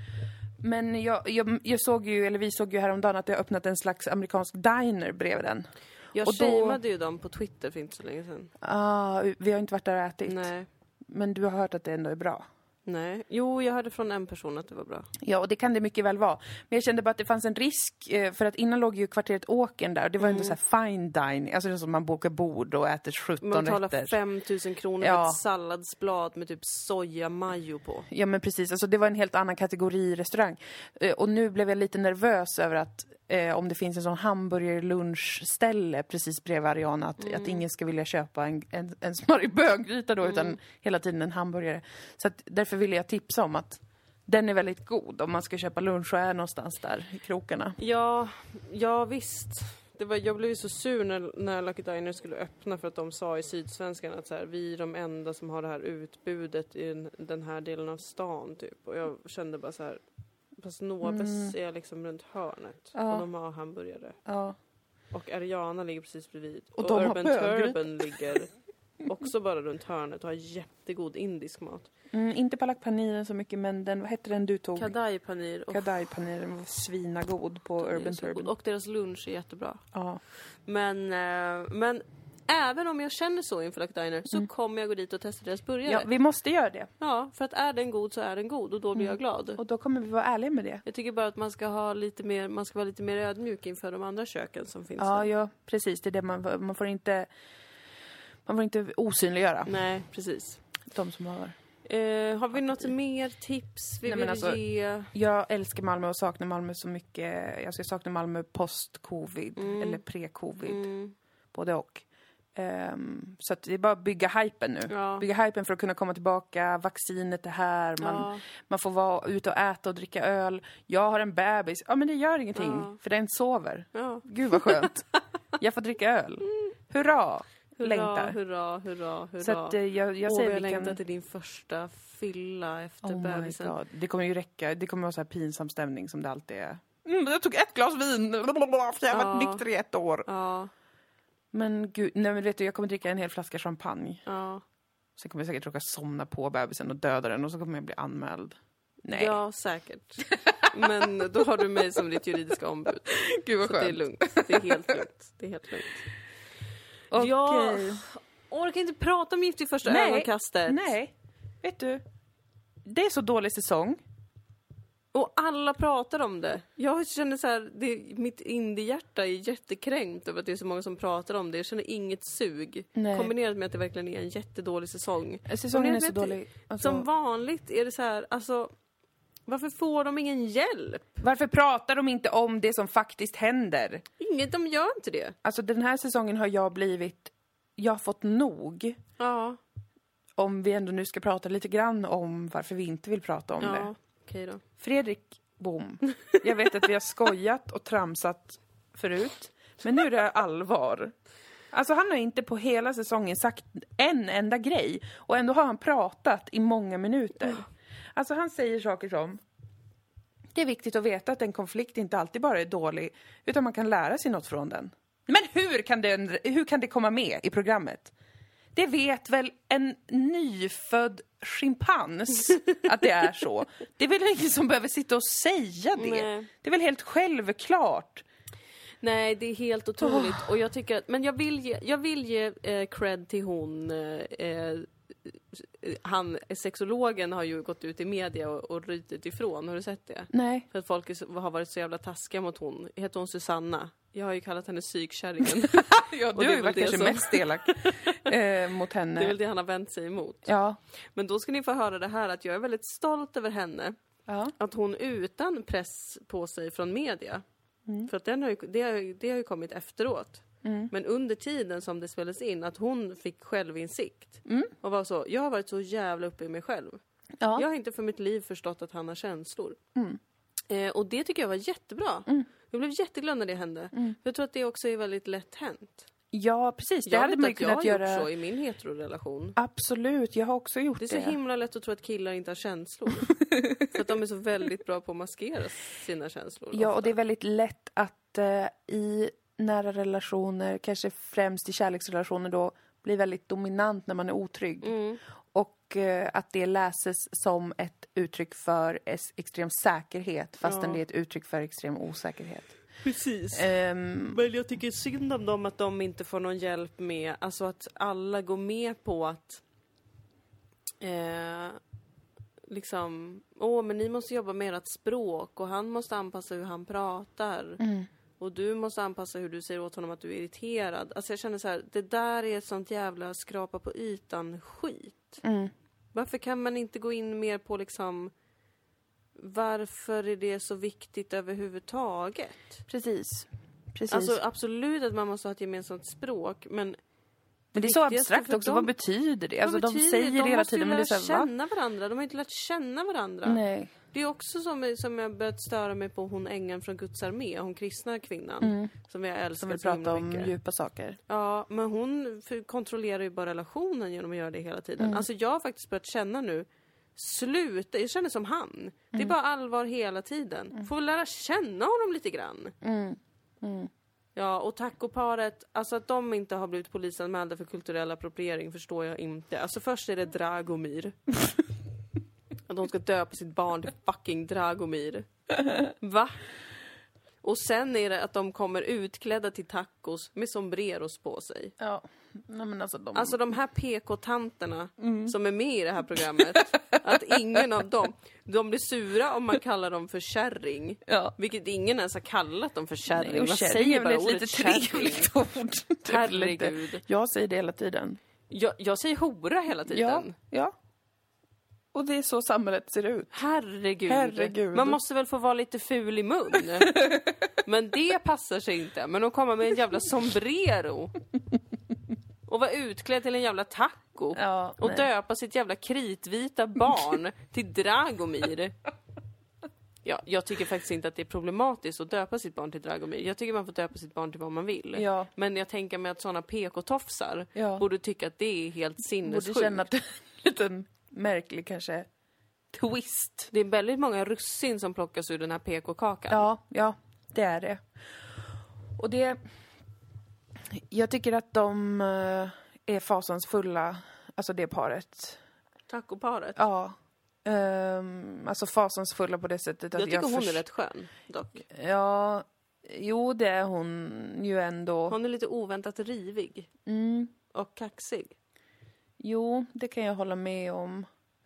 Speaker 1: Men jag, jag, jag såg ju, eller vi såg ju häromdagen att det har öppnat en slags amerikansk diner bredvid den.
Speaker 2: Jag
Speaker 1: Och då-
Speaker 2: shameade ju dem på Twitter för inte så länge sedan.
Speaker 1: Ah, vi har inte varit där och ätit.
Speaker 2: Nej.
Speaker 1: Men du har hört att det ändå är bra.
Speaker 2: Nej. Jo, jag hörde från en person att det var bra.
Speaker 1: Ja, och det kan det mycket väl vara. Men jag kände bara att det fanns en risk, eh, för att innan låg ju kvarteret Åkern där. Och det var ändå så här fine dining, alltså det är som man bokar bord och äter sjutton
Speaker 2: Man betalar
Speaker 1: rätter.
Speaker 2: fem tusen kronor
Speaker 1: Ja.
Speaker 2: för ett salladsblad med typ soja mayo på.
Speaker 1: Ja, men precis. Alltså det var en helt annan kategori restaurang. Eh, och nu blev jag lite nervös över att eh, om det finns en sån hamburger-lunchställe precis bredvid Ariana, att,
Speaker 2: Mm.
Speaker 1: att ingen ska vilja köpa en, en, en smörig böggryta då, utan hela tiden en hamburgare. Så att därför ville jag tipsa om att den är väldigt god om man ska köpa lunch och är någonstans där i krokarna.
Speaker 2: Ja, ja visst. Det var, jag blev ju så sur när, när Lucky Diner skulle öppna för att de sa i Sydsvenskan att så här, vi är de enda som har det här utbudet i den, den här delen av stan typ. Och jag kände bara så här, fast Nobes är liksom runt hörnet.
Speaker 1: Ja.
Speaker 2: Och de har hamburgare.
Speaker 1: Ja.
Speaker 2: Och Ariana ligger precis bredvid.
Speaker 1: Och
Speaker 2: Och,
Speaker 1: de har
Speaker 2: Urban
Speaker 1: bögryta.
Speaker 2: Turban ligger också bara runt hörnet och har jättegod indisk mat.
Speaker 1: Mm, inte palak paneer så mycket, men den, vad hette den du tog?
Speaker 2: Kadai panir. Och,
Speaker 1: Kadai paneer, den var svinagod på Urban Turban.
Speaker 2: och deras lunch är jättebra.
Speaker 1: Ja.
Speaker 2: Men, eh, men även om jag känner så inför Lucky Diner så kommer jag gå dit och testa deras burgare.
Speaker 1: ja,
Speaker 2: Ja.
Speaker 1: vi måste göra det.
Speaker 2: för att är den god så är den god och då blir jag glad.
Speaker 1: Och då kommer vi vara ärliga med det.
Speaker 2: Jag tycker bara att man ska ha lite mer, man ska vara lite mer ödmjuk inför de andra köken som finns
Speaker 1: Ja,
Speaker 2: där.
Speaker 1: ja, precis. Det är det man, man får inte man får inte osynliggöra
Speaker 2: Nej, precis.
Speaker 1: de som har.
Speaker 2: Eh, har vi något mer tips vi
Speaker 1: Nej,
Speaker 2: vill
Speaker 1: men alltså-
Speaker 2: ge?
Speaker 1: Jag älskar Malmö och saknar Malmö så mycket. Jag ska sakna Malmö post-covid
Speaker 2: Mm.
Speaker 1: eller pre-covid.
Speaker 2: Mm,
Speaker 1: Både och. Ehm, så att det är bara att bygga hypen nu.
Speaker 2: ja.
Speaker 1: Bygga hypen för att kunna komma tillbaka. Vaccinet är här. Man,
Speaker 2: Ja.
Speaker 1: man får vara ute och äta och dricka öl. Jag har en bebis. Ja, men det gör ingenting.
Speaker 2: Ja.
Speaker 1: För den sover.
Speaker 2: Ja.
Speaker 1: Gud vad skönt. Jag får dricka öl. Hurra!
Speaker 2: Hurra,
Speaker 1: Längtar.
Speaker 2: hurra, hurra, hurra.
Speaker 1: Så att eh, jag, jag
Speaker 2: Åh,
Speaker 1: säger
Speaker 2: jag
Speaker 1: vi
Speaker 2: längtar
Speaker 1: kan...
Speaker 2: till din första fylla efter
Speaker 1: Oh my
Speaker 2: bebisen.
Speaker 1: god. Det kommer ju räcka. Det kommer vara så här pinsam stämning som det alltid är. Mm, jag tog ett glas vin. Blablabla, för jag har varit
Speaker 2: Ja.
Speaker 1: nykter i ett år.
Speaker 2: Ja,
Speaker 1: Men gud, nej men vet du, jag kommer dricka en hel flaska champagne.
Speaker 2: ja.
Speaker 1: Sen kommer jag säkert råka somna på bebisen och döda den och så kommer jag bli anmäld. Nej.
Speaker 2: Ja, säkert. Men då har du mig som ditt juridiska ombud.
Speaker 1: Gud vad
Speaker 2: Så det är
Speaker 1: skönt.
Speaker 2: lugnt. Det är helt lugnt. Det är helt lugnt.
Speaker 1: Okej.
Speaker 2: Jag orkar inte prata om Gift i första
Speaker 1: Nej.
Speaker 2: ögonkastet.
Speaker 1: Nej, vet du. Det är så dålig säsong.
Speaker 2: Och alla pratar om det. Jag känner så här, det, mitt indiehjärta är jättekränkt över att det är så många som pratar om det. Jag känner inget sug.
Speaker 1: Nej.
Speaker 2: Kombinerat med att det verkligen är en jättedålig säsong.
Speaker 1: Säsongen är
Speaker 2: Och
Speaker 1: så
Speaker 2: vet du,
Speaker 1: dålig. Alltså,
Speaker 2: Som vanligt är det så här, alltså... Varför får de ingen hjälp?
Speaker 1: varför pratar de inte om det som faktiskt händer?
Speaker 2: Inget, de gör inte det.
Speaker 1: Alltså den här säsongen har jag blivit... Jag har fått nog.
Speaker 2: Ja,
Speaker 1: Om vi ändå nu ska prata lite grann om varför vi inte vill prata om det.
Speaker 2: ja. Okej då.
Speaker 1: Fredrik Bohm. Jag vet att vi har skojat och tramsat förut. Men nu är det allvar. Alltså han har inte på hela säsongen sagt en enda grej. Och ändå har han pratat i många minuter. Alltså han säger saker som: det är viktigt att veta att en konflikt inte alltid bara är dålig, utan man kan lära sig något från den. Men hur kan det, hur kan det komma med i programmet? Det vet väl en nyfödd schimpans att det är så. Det är väl ingen som behöver sitta och säga det.
Speaker 2: Nej.
Speaker 1: Det är väl helt självklart.
Speaker 2: Nej, det är helt otroligt. Oh. Och jag tycker att, men jag vill ge, jag vill ge eh, cred till hon... Eh, han, sexologen har ju gått ut i media och, och rytit ifrån. Har du sett det?
Speaker 1: Nej.
Speaker 2: För att folk är, har varit så jävla taskiga mot hon. Heter hon Susanna? Jag har ju kallat henne psykkärringen.
Speaker 1: Ja, du har ju varit kanske som... mest elak eh, mot henne.
Speaker 2: Det är väl det han har vänt sig emot.
Speaker 1: Ja.
Speaker 2: Men då ska ni få höra det här, att jag är väldigt stolt över henne.
Speaker 1: Ja.
Speaker 2: Att hon utan press på sig från media.
Speaker 1: Mm.
Speaker 2: För att den har ju, det, har, det har ju kommit efteråt. Mm. Men under tiden som det spelades in, att hon fick självinsikt. Mm. Och var så, jag har varit så jävla uppe i mig själv. Ja. Jag har inte för mitt liv förstått att han har känslor. Mm. Eh, och det tycker jag var jättebra. Mm. Jag blev jätteglad när det hände. Mm. Jag tror att det också är väldigt lätt hänt.
Speaker 1: Ja, precis. Det
Speaker 2: jag
Speaker 1: hade
Speaker 2: vet
Speaker 1: man
Speaker 2: att
Speaker 1: kunnat
Speaker 2: jag har
Speaker 1: göra
Speaker 2: gjort så i min heterorelation.
Speaker 1: Absolut, jag har också gjort det.
Speaker 2: Det är så himla lätt att tro att killar inte har känslor. För att de är så väldigt bra på att maskera sina känslor.
Speaker 1: Ja,
Speaker 2: ofta.
Speaker 1: och det är väldigt lätt att uh, i nära relationer, kanske främst i kärleksrelationer då, bli väldigt dominant när man är otrygg. Mm. Och uh, att det läses som ett uttryck för es- extrem säkerhet, fastän
Speaker 2: ja.
Speaker 1: det är ett uttryck för extrem osäkerhet.
Speaker 2: Precis.
Speaker 1: Um,
Speaker 2: Men jag tycker synd om dem att de inte får någon hjälp med, alltså att alla går med på att eh, liksom, åh men ni måste jobba med ert språk och han måste anpassa hur han pratar. Mm. Och du måste anpassa hur du säger åt honom att du är irriterad. Alltså jag känner så här, det där är ett sånt jävla skrapa på ytan skit. Mm. Varför kan man inte gå in mer på liksom, varför är det så viktigt överhuvudtaget?
Speaker 1: Precis. Precis.
Speaker 2: Alltså absolut att man måste ha ett gemensamt språk, men
Speaker 1: men det är så abstrakt också, dem, vad betyder det? Alltså de säger det hela tiden, men det är så här,
Speaker 2: känna varandra. De har inte lärt känna varandra.
Speaker 1: Nej.
Speaker 2: Det är också som, som jag börjat störa mig på hon ängeln från Guds armé, hon kristna kvinnan. Mm. Som jag älskar.
Speaker 1: Som vill prata om mycket. Djupa saker.
Speaker 2: Ja, men hon kontrollerar ju bara relationen genom att göra det hela tiden. Mm. Alltså jag har faktiskt börjat känna nu, sluta, jag känner som han. Mm. Det är bara allvar hela tiden. Mm. Får väl lära känna honom lite grann. Mm. Mm. Ja, och tacoparet, alltså att de inte har blivit polisanmälda för kulturell appropriering förstår jag inte. Alltså först är det Dragomir. Att de ska döpa sitt barn till fucking Dragomir. Va? Och sen är det att de kommer utklädda till tacos med sombreros på sig.
Speaker 1: Ja, nej men alltså de...
Speaker 2: Alltså de här P K-tanterna mm. som är med i det här programmet. Att ingen av dem, de blir sura om man kallar dem för kärring. Ja. Vilket ingen ens har kallat dem för kärring.
Speaker 1: Nej, och
Speaker 2: man
Speaker 1: kärring
Speaker 2: säger bara
Speaker 1: är ett lite trevligt ord.
Speaker 2: Herregud.
Speaker 1: Jag säger det hela tiden.
Speaker 2: Jag, jag säger hora hela tiden.
Speaker 1: Ja, ja. Och det är så samhället ser ut.
Speaker 2: Herregud.
Speaker 1: Herregud.
Speaker 2: Man måste väl få vara lite ful i mun. Men det passar sig inte. Men att komma med en jävla sombrero. Och vara utklädd till en jävla taco.
Speaker 1: Ja,
Speaker 2: och
Speaker 1: nej.
Speaker 2: döpa sitt jävla kritvita barn till Dragomir. Ja, jag tycker faktiskt inte att det är problematiskt att döpa sitt barn till Dragomir. Jag tycker man får döpa sitt barn till vad man vill.
Speaker 1: Ja.
Speaker 2: Men jag tänker mig att sådana P K-tofsar
Speaker 1: ja.
Speaker 2: borde tycka att det är helt sinnessjukt.
Speaker 1: Borde känna att det är en liten märklig kanske twist.
Speaker 2: Det är väldigt många russin som plockas ur den här P K-kakan.
Speaker 1: Ja, ja, det är det. Och det... Jag tycker att de är fasansfulla, alltså det paret.
Speaker 2: Tacoparet?
Speaker 1: Ja. Um, alltså fasansfulla på det sättet att
Speaker 2: jag tycker
Speaker 1: jag
Speaker 2: hon
Speaker 1: för...
Speaker 2: är rätt skön, dock.
Speaker 1: Ja, jo det är hon ju ändå.
Speaker 2: Hon är lite oväntat rivig.
Speaker 1: Mm.
Speaker 2: Och kaxig.
Speaker 1: Jo, det kan jag hålla med om.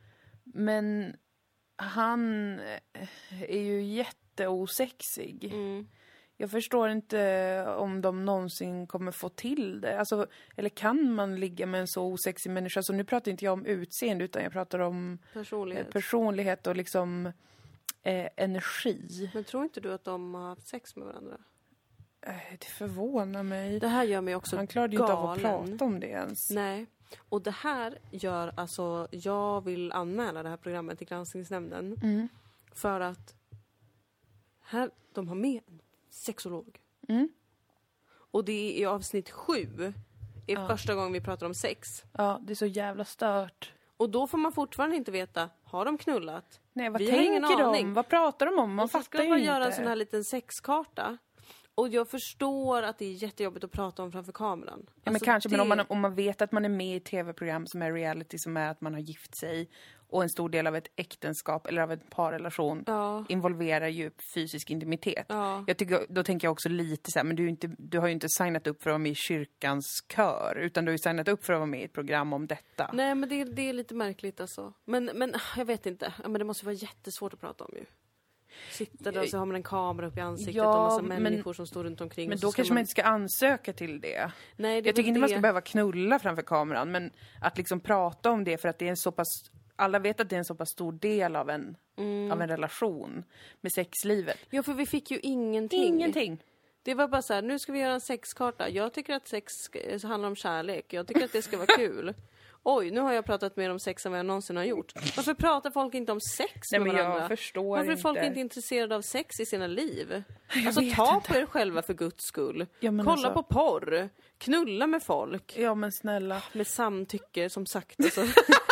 Speaker 1: Men han är ju jätteosexig. Mm. Jag förstår inte om de någonsin kommer få till det. Alltså, eller kan man ligga med en så osexig människa? Så nu pratar inte jag om utseende utan jag pratar om
Speaker 2: personlighet,
Speaker 1: eh, personlighet och liksom eh, energi.
Speaker 2: Men tror inte du att de har haft sex med varandra?
Speaker 1: Eh, det förvånar mig.
Speaker 2: Det här gör mig också
Speaker 1: Han klarade ju inte av att prata om det ens.
Speaker 2: Nej. Och det här gör alltså, jag vill anmäla det här programmet till Granskningsnämnden. Mm. För att här, de har med en sexolog. Mm. Och det är i avsnitt sju. är
Speaker 1: Ja.
Speaker 2: första gången vi pratar om sex.
Speaker 1: Ja, det är så jävla stört.
Speaker 2: Och då får man fortfarande inte veta, har de knullat?
Speaker 1: Nej, vad
Speaker 2: Vi har ingen
Speaker 1: tänker
Speaker 2: aning.
Speaker 1: de? Vad pratar de om? Man
Speaker 2: Och så
Speaker 1: fattar
Speaker 2: ska
Speaker 1: ju
Speaker 2: man
Speaker 1: inte.
Speaker 2: göra en sån här liten sexkarta. Och jag förstår att det är jättejobbigt att prata om framför kameran.
Speaker 1: Ja, men
Speaker 2: Alltså,
Speaker 1: kanske,
Speaker 2: det...
Speaker 1: men om man, om man vet att man är med i tv-program som är reality, som är att man har gift sig och en stor del av ett äktenskap eller av en parrelation
Speaker 2: Ja.
Speaker 1: involverar ju fysisk intimitet.
Speaker 2: Ja.
Speaker 1: Jag tycker, då tänker jag också lite så här, men du, är inte, du har ju inte signat upp för att vara med i kyrkans kör, utan du har ju signat upp för att vara med i ett program om detta.
Speaker 2: Nej, men det, det är lite märkligt alltså. Men, men jag vet inte. Ja, men det måste vara jättesvårt att prata om ju. Sitta där och så har man en kamera upp i ansiktet
Speaker 1: Ja,
Speaker 2: och massa
Speaker 1: men-
Speaker 2: människor som står runt omkring.
Speaker 1: Men
Speaker 2: och så
Speaker 1: då
Speaker 2: ska
Speaker 1: kanske man inte ska ansöka till det.
Speaker 2: Nej, det är
Speaker 1: Jag tycker
Speaker 2: väl
Speaker 1: inte man ska
Speaker 2: det.
Speaker 1: behöva knulla framför kameran, men att liksom prata om det för att det är en så pass... Alla vet att det är en så pass stor del av en,
Speaker 2: Mm.
Speaker 1: av en relation med sexlivet.
Speaker 2: Ja, för vi fick ju ingenting.
Speaker 1: Ingenting.
Speaker 2: Det var bara så här, nu ska vi göra en sexkarta. Jag tycker att sex ska, handlar om kärlek. Jag tycker att det ska vara kul. Oj, nu har jag pratat mer om sex än vad jag någonsin har gjort. Varför pratar folk inte om sex
Speaker 1: Nej,
Speaker 2: med
Speaker 1: men jag
Speaker 2: varandra?
Speaker 1: förstår
Speaker 2: Varför är folk
Speaker 1: inte.
Speaker 2: inte intresserade av sex i sina liv?
Speaker 1: Jag
Speaker 2: Alltså
Speaker 1: vet
Speaker 2: ta
Speaker 1: inte.
Speaker 2: på er själva för guds skull.
Speaker 1: Ja, men
Speaker 2: Kolla
Speaker 1: alltså-
Speaker 2: på porr. Knulla med folk.
Speaker 1: Ja, men snälla.
Speaker 2: Med samtycke, som sagt. Alltså.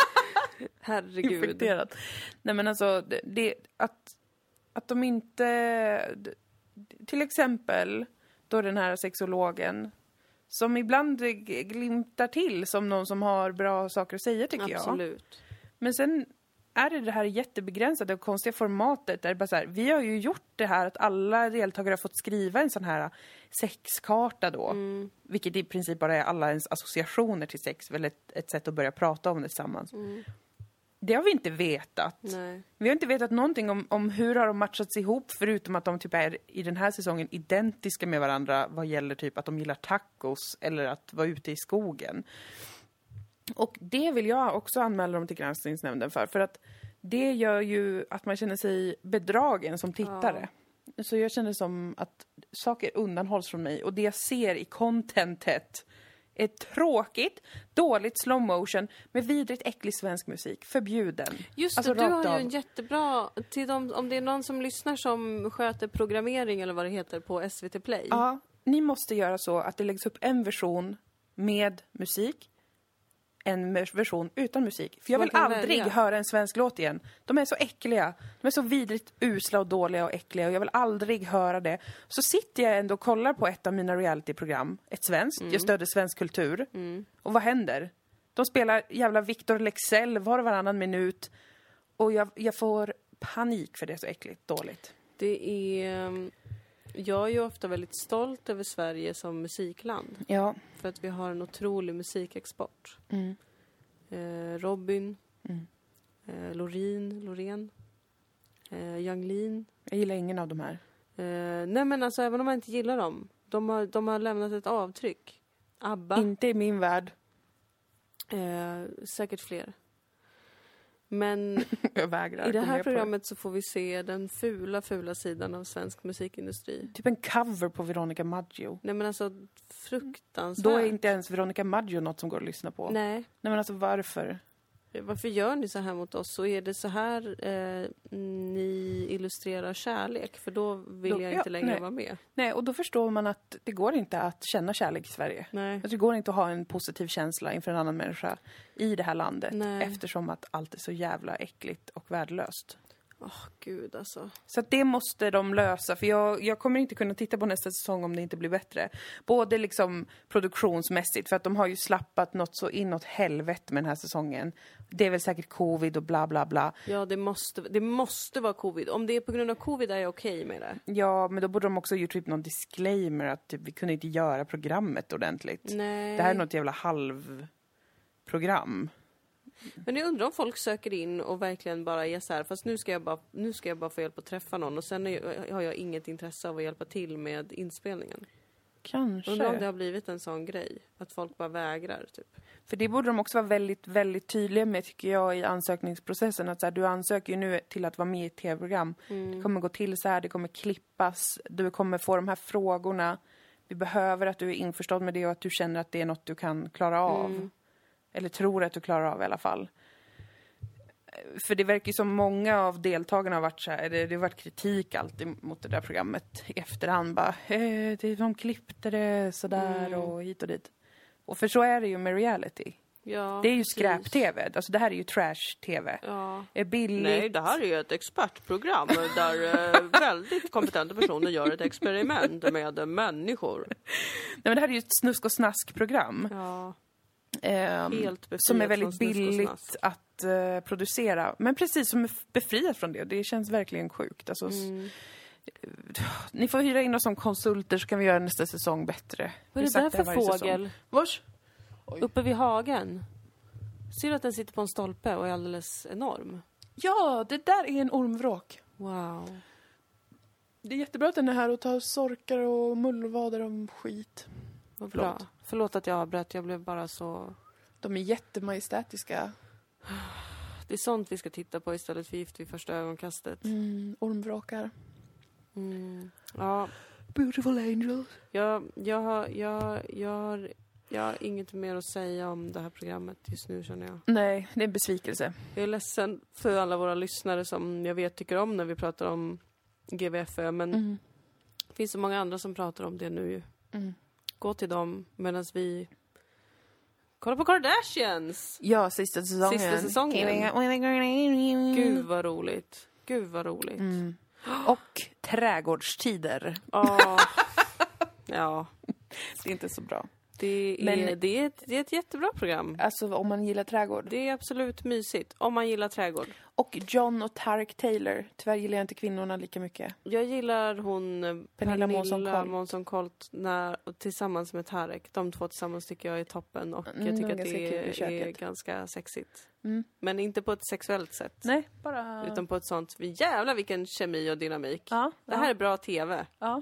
Speaker 2: Herregud.
Speaker 1: Infekterat. Nej, men alltså, det, det, att, att de inte... Till exempel då den här sexologen som ibland g- glimtar till som någon som har bra saker att säga, tycker jag.
Speaker 2: Absolut.
Speaker 1: Men sen är det det här jättebegränsade och konstiga formatet där det bara så här, vi har ju gjort det här att alla deltagare har fått skriva en sån här sexkarta då.
Speaker 2: Mm.
Speaker 1: Vilket i princip bara är alla ens associationer till sex, väl ett, ett sätt att börja prata om det tillsammans.
Speaker 2: Mm.
Speaker 1: Det har vi inte vetat.
Speaker 2: Nej.
Speaker 1: Vi har inte vetat någonting om, om hur har de matchats ihop, förutom att de typ är i den här säsongen identiska med varandra vad gäller typ att de gillar tacos eller att vara ute i skogen. Och det vill jag också anmäla dem till granskningsnämnden för, för att det gör ju att man känner sig bedragen som tittare. Så jag känner som att saker undanhålls från mig, och det jag ser i contentet är tråkigt, dåligt slow motion med vidrigt äcklig svensk musik. Förbjuden.
Speaker 2: Just
Speaker 1: Alltså,
Speaker 2: det, du har
Speaker 1: rakt
Speaker 2: ju
Speaker 1: av.
Speaker 2: en jättebra... Till dem, om det är någon som lyssnar som sköter programmering eller vad det heter på S V T Play.
Speaker 1: Ja, ni måste göra så att det läggs upp en version med musik, en version utan musik. För jag
Speaker 2: man
Speaker 1: vill
Speaker 2: kan
Speaker 1: aldrig
Speaker 2: välja.
Speaker 1: höra en svensk låt igen. De är så äckliga. De är så vidrigt usla och dåliga och äckliga, och jag vill aldrig höra det. Så sitter jag ändå och kollar på ett av mina realityprogram, ett svenskt.
Speaker 2: Mm.
Speaker 1: Jag stödde svensk kultur. Och vad händer? De spelar jävla Victor Leksell var och varannan minut. Och jag, jag får panik för det är så äckligt dåligt.
Speaker 2: Det är... Jag är ju ofta väldigt stolt över Sverige som musikland.
Speaker 1: Ja.
Speaker 2: För att vi har en otrolig musikexport.
Speaker 1: Mm.
Speaker 2: Eh, Robin,
Speaker 1: Mm.
Speaker 2: eh, Loreen, Loreen, eh, Yung Lean.
Speaker 1: Jag gillar ingen av de här.
Speaker 2: Eh, nej men alltså, även om man inte gillar dem. De har, de har lämnat ett avtryck. ABBA,
Speaker 1: Inte i min värld.
Speaker 2: eh, säkert fler. Men
Speaker 1: Jag vägrar
Speaker 2: i det
Speaker 1: gå
Speaker 2: här
Speaker 1: med på
Speaker 2: programmet så får vi se den fula, fula sidan av svensk musikindustri.
Speaker 1: Typ en cover på Veronica Maggio.
Speaker 2: Nej men alltså, fruktansvärt.
Speaker 1: Då är inte ens Veronica Maggio något som går att lyssna på. Nej,
Speaker 2: Nej.
Speaker 1: men alltså varför?
Speaker 2: Varför gör ni så här mot oss? Så är det så här eh, ni illustrerar kärlek? För då vill
Speaker 1: Då-
Speaker 2: jag
Speaker 1: ja,
Speaker 2: inte längre
Speaker 1: nej.
Speaker 2: vara med.
Speaker 1: Nej, och då förstår man att det går inte att känna kärlek i Sverige.
Speaker 2: Nej.
Speaker 1: Alltså, det går inte att ha en positiv känsla inför en annan människa i det här landet.
Speaker 2: Nej.
Speaker 1: Eftersom att allt är så jävla äckligt och värdelöst.
Speaker 2: Åh, gud alltså.
Speaker 1: Så att det måste de lösa, för jag, jag kommer inte kunna titta på nästa säsong om det inte blir bättre. Både liksom produktionsmässigt, för att de har ju slappat något så inåt helvete med den här säsongen. Det är väl säkert covid och bla bla bla.
Speaker 2: Ja, det måste, det måste vara covid. Om det är på grund av covid är jag okej med det.
Speaker 1: Ja, men då borde de också gjort typ någon disclaimer att typ, vi kunde inte göra programmet ordentligt.
Speaker 2: Nej.
Speaker 1: Det här är något jävla halvprogram.
Speaker 2: Men jag undrar om folk söker in och verkligen bara är så här, fast nu ska jag bara, nu ska jag bara få hjälp att träffa någon och sen är, har jag inget intresse av att hjälpa till med inspelningen.
Speaker 1: Kanske.
Speaker 2: Undrar om det har blivit en sån grej. Att folk bara vägrar, typ.
Speaker 1: För det borde de också vara väldigt, väldigt tydliga med, tycker jag, i ansökningsprocessen. Att så här, du ansöker ju nu till att vara med i ett tv-program. Det kommer gå till så här, det kommer klippas. Du kommer få de här frågorna. Vi behöver att du är införstådd med det och att du känner att det är något du kan klara av.
Speaker 2: Mm.
Speaker 1: Eller tror att du klarar av i alla fall. för det verkar ju som många av deltagarna har varit så här, det, det har varit kritik alltid mot det där programmet i efterhand. Bara, eh, det, de klippte det sådär
Speaker 2: Mm.
Speaker 1: och hit och dit. Och för så är det ju med reality.
Speaker 2: Ja,
Speaker 1: Det är ju
Speaker 2: precis.
Speaker 1: skräp-tv. Alltså det här är ju trash-tv.
Speaker 2: Ja.
Speaker 1: Är billigt.
Speaker 2: Nej, det här är ju ett expertprogram där eh, väldigt kompetenta personer gör ett experiment med människor.
Speaker 1: Nej, men det här är ju ett snusk- och snask-program.
Speaker 2: Ja,
Speaker 1: ehm,
Speaker 2: helt befriat
Speaker 1: som är
Speaker 2: från
Speaker 1: väldigt
Speaker 2: snusk och
Speaker 1: billigt
Speaker 2: snask.
Speaker 1: att eh, producera. Men precis, som är befriat från det. Det känns verkligen sjukt. Alltså,
Speaker 2: Mm.
Speaker 1: Ni får hyra in oss som konsulter så kan vi göra nästa säsong bättre.
Speaker 2: Vad är
Speaker 1: Vi har
Speaker 2: det där
Speaker 1: sagt
Speaker 2: för
Speaker 1: varje säsong.
Speaker 2: fågel?
Speaker 1: Vars?
Speaker 2: Uppe vid hagen. Ser du att den sitter på en stolpe och är alldeles enorm?
Speaker 1: Ja, det där är en ormvråk.
Speaker 2: Wow.
Speaker 1: Det är jättebra att den är här och tar sorkar och mullvader om skit.
Speaker 2: Vad
Speaker 1: Förlåt.
Speaker 2: bra. Förlåt att jag avbröt, jag blev bara så...
Speaker 1: De är jättemajestätiska.
Speaker 2: Det är sånt vi ska titta på istället för Gift vid första ögonkastet.
Speaker 1: Mm, ormvråkar.
Speaker 2: Mm. Ja,
Speaker 1: Beautiful angels.
Speaker 2: jag, jag, har, jag, jag, har, jag har inget mer att säga om det här programmet just nu, känner jag.
Speaker 1: Nej, det är en besvikelse.
Speaker 2: Jag är ledsen för alla våra lyssnare som jag vet tycker om när vi pratar om G V F Ö, men
Speaker 1: Mm.
Speaker 2: det finns så många andra som pratar om det nu ju.
Speaker 1: Mm.
Speaker 2: Gå till dem medan vi kollar på Kardashians.
Speaker 1: Ja, sista säsongen.
Speaker 2: Sista säsongen. Gud vad roligt. Gud vad roligt.
Speaker 1: Mm. Och trädgårdstider.
Speaker 2: Ja. Ja.
Speaker 1: Det är inte så bra.
Speaker 2: Det är,
Speaker 1: Men-
Speaker 2: det, är ett, det är ett jättebra program.
Speaker 1: Alltså om man gillar trädgård.
Speaker 2: Det är absolut mysigt om man gillar trädgård.
Speaker 1: Och John och Tarek Taylor. Tyvärr gillar jag inte kvinnorna lika mycket.
Speaker 2: Jag gillar hon eh,
Speaker 1: Pernilla Månsson Colt.
Speaker 2: Månsson Colt när, och tillsammans med Tarek. De två tillsammans tycker jag är toppen och
Speaker 1: Mm,
Speaker 2: jag
Speaker 1: de
Speaker 2: tycker
Speaker 1: är
Speaker 2: att
Speaker 1: ganska kul i
Speaker 2: det är,
Speaker 1: köket.
Speaker 2: är ganska sexigt.
Speaker 1: Mm.
Speaker 2: Men inte på ett sexuellt sätt.
Speaker 1: Nej, bara...
Speaker 2: Utan på ett sånt, jävlar vilken kemi och dynamik.
Speaker 1: Ja,
Speaker 2: Det här är bra tv.
Speaker 1: Ja.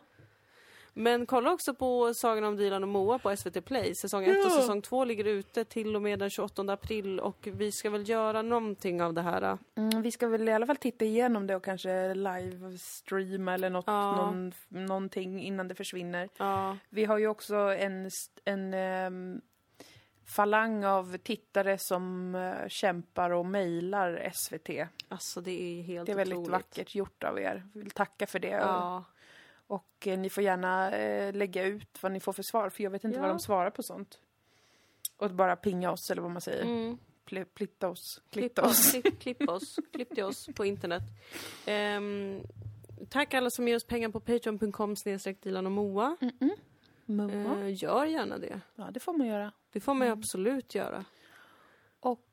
Speaker 2: Men kolla också på Sagan om Dilan och Moa på S V T Play. Säsong ett och
Speaker 1: Ja.
Speaker 2: säsong två ligger ute till och med den tjugoåttonde april. Och vi ska väl göra någonting av det här.
Speaker 1: Mm, vi ska väl i alla fall titta igenom det och kanske livestreama eller något,
Speaker 2: Ja.
Speaker 1: någon, någonting innan det försvinner.
Speaker 2: Ja,
Speaker 1: Vi har ju också en, st- en ehm, falang av tittare som eh, kämpar och mejlar S V T.
Speaker 2: alltså det är helt
Speaker 1: Det är väldigt
Speaker 2: otroligt.
Speaker 1: vackert gjort av er. Vi vill tacka för det.
Speaker 2: Ja.
Speaker 1: Och eh, ni får gärna eh, lägga ut vad ni får för svar. För jag vet inte
Speaker 2: Ja.
Speaker 1: vad de svarar på sånt. Och bara pinga oss eller vad man säger.
Speaker 2: Mm.
Speaker 1: Pl- plitta oss.
Speaker 2: Klipp
Speaker 1: Klitta
Speaker 2: oss,
Speaker 1: oss.
Speaker 2: klipp, klipp oss, klipp till oss på internet. Ehm, tack alla som ger oss pengar på patreon punkt com snedstreck Dilan och Moa.
Speaker 1: Moa.
Speaker 2: Ehm, gör gärna det.
Speaker 1: Ja, det får man göra.
Speaker 2: Det får man ju absolut göra.
Speaker 1: Och...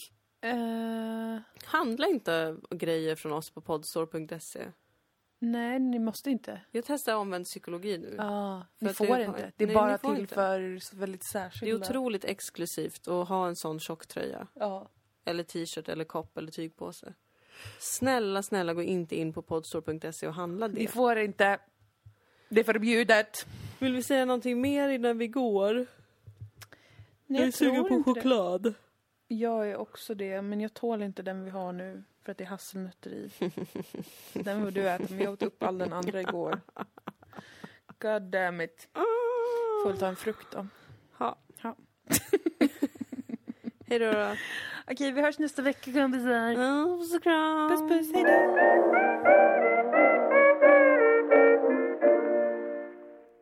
Speaker 1: Eh,
Speaker 2: Handla inte grejer från oss på podstore punkt se.
Speaker 1: nej, ni måste inte.
Speaker 2: Jag testar omvänd psykologi nu.
Speaker 1: Ja,
Speaker 2: För
Speaker 1: ni
Speaker 2: att
Speaker 1: får
Speaker 2: det-
Speaker 1: inte. Det är
Speaker 2: nej,
Speaker 1: bara
Speaker 2: ni får
Speaker 1: till
Speaker 2: inte.
Speaker 1: för väldigt
Speaker 2: Det är
Speaker 1: särskilda...
Speaker 2: otroligt exklusivt att ha en sån tjocktröja.
Speaker 1: Ja.
Speaker 2: Eller t-shirt eller kopp eller tygpåse. Snälla, snälla gå inte in på podstore punkt se och handla det.
Speaker 1: Ni får inte. Det är förbjudet.
Speaker 2: Vill vi säga någonting mer innan vi går?
Speaker 1: Nej,
Speaker 2: jag är
Speaker 1: jag
Speaker 2: sugen
Speaker 1: tror
Speaker 2: på
Speaker 1: inte det.
Speaker 2: choklad.
Speaker 1: Jag är också det, men jag tål inte den vi har nu. För att det är hasselnötter i. Den vill du äta, men jag åt upp all den andra igår. God damn it. Får väl ta en frukt då.
Speaker 2: Ha.
Speaker 1: Ja.
Speaker 2: Hej då då.
Speaker 1: Okej, vi hörs nästa vecka kompisar.
Speaker 2: Puss och kram.
Speaker 1: Puss puss, hejdå.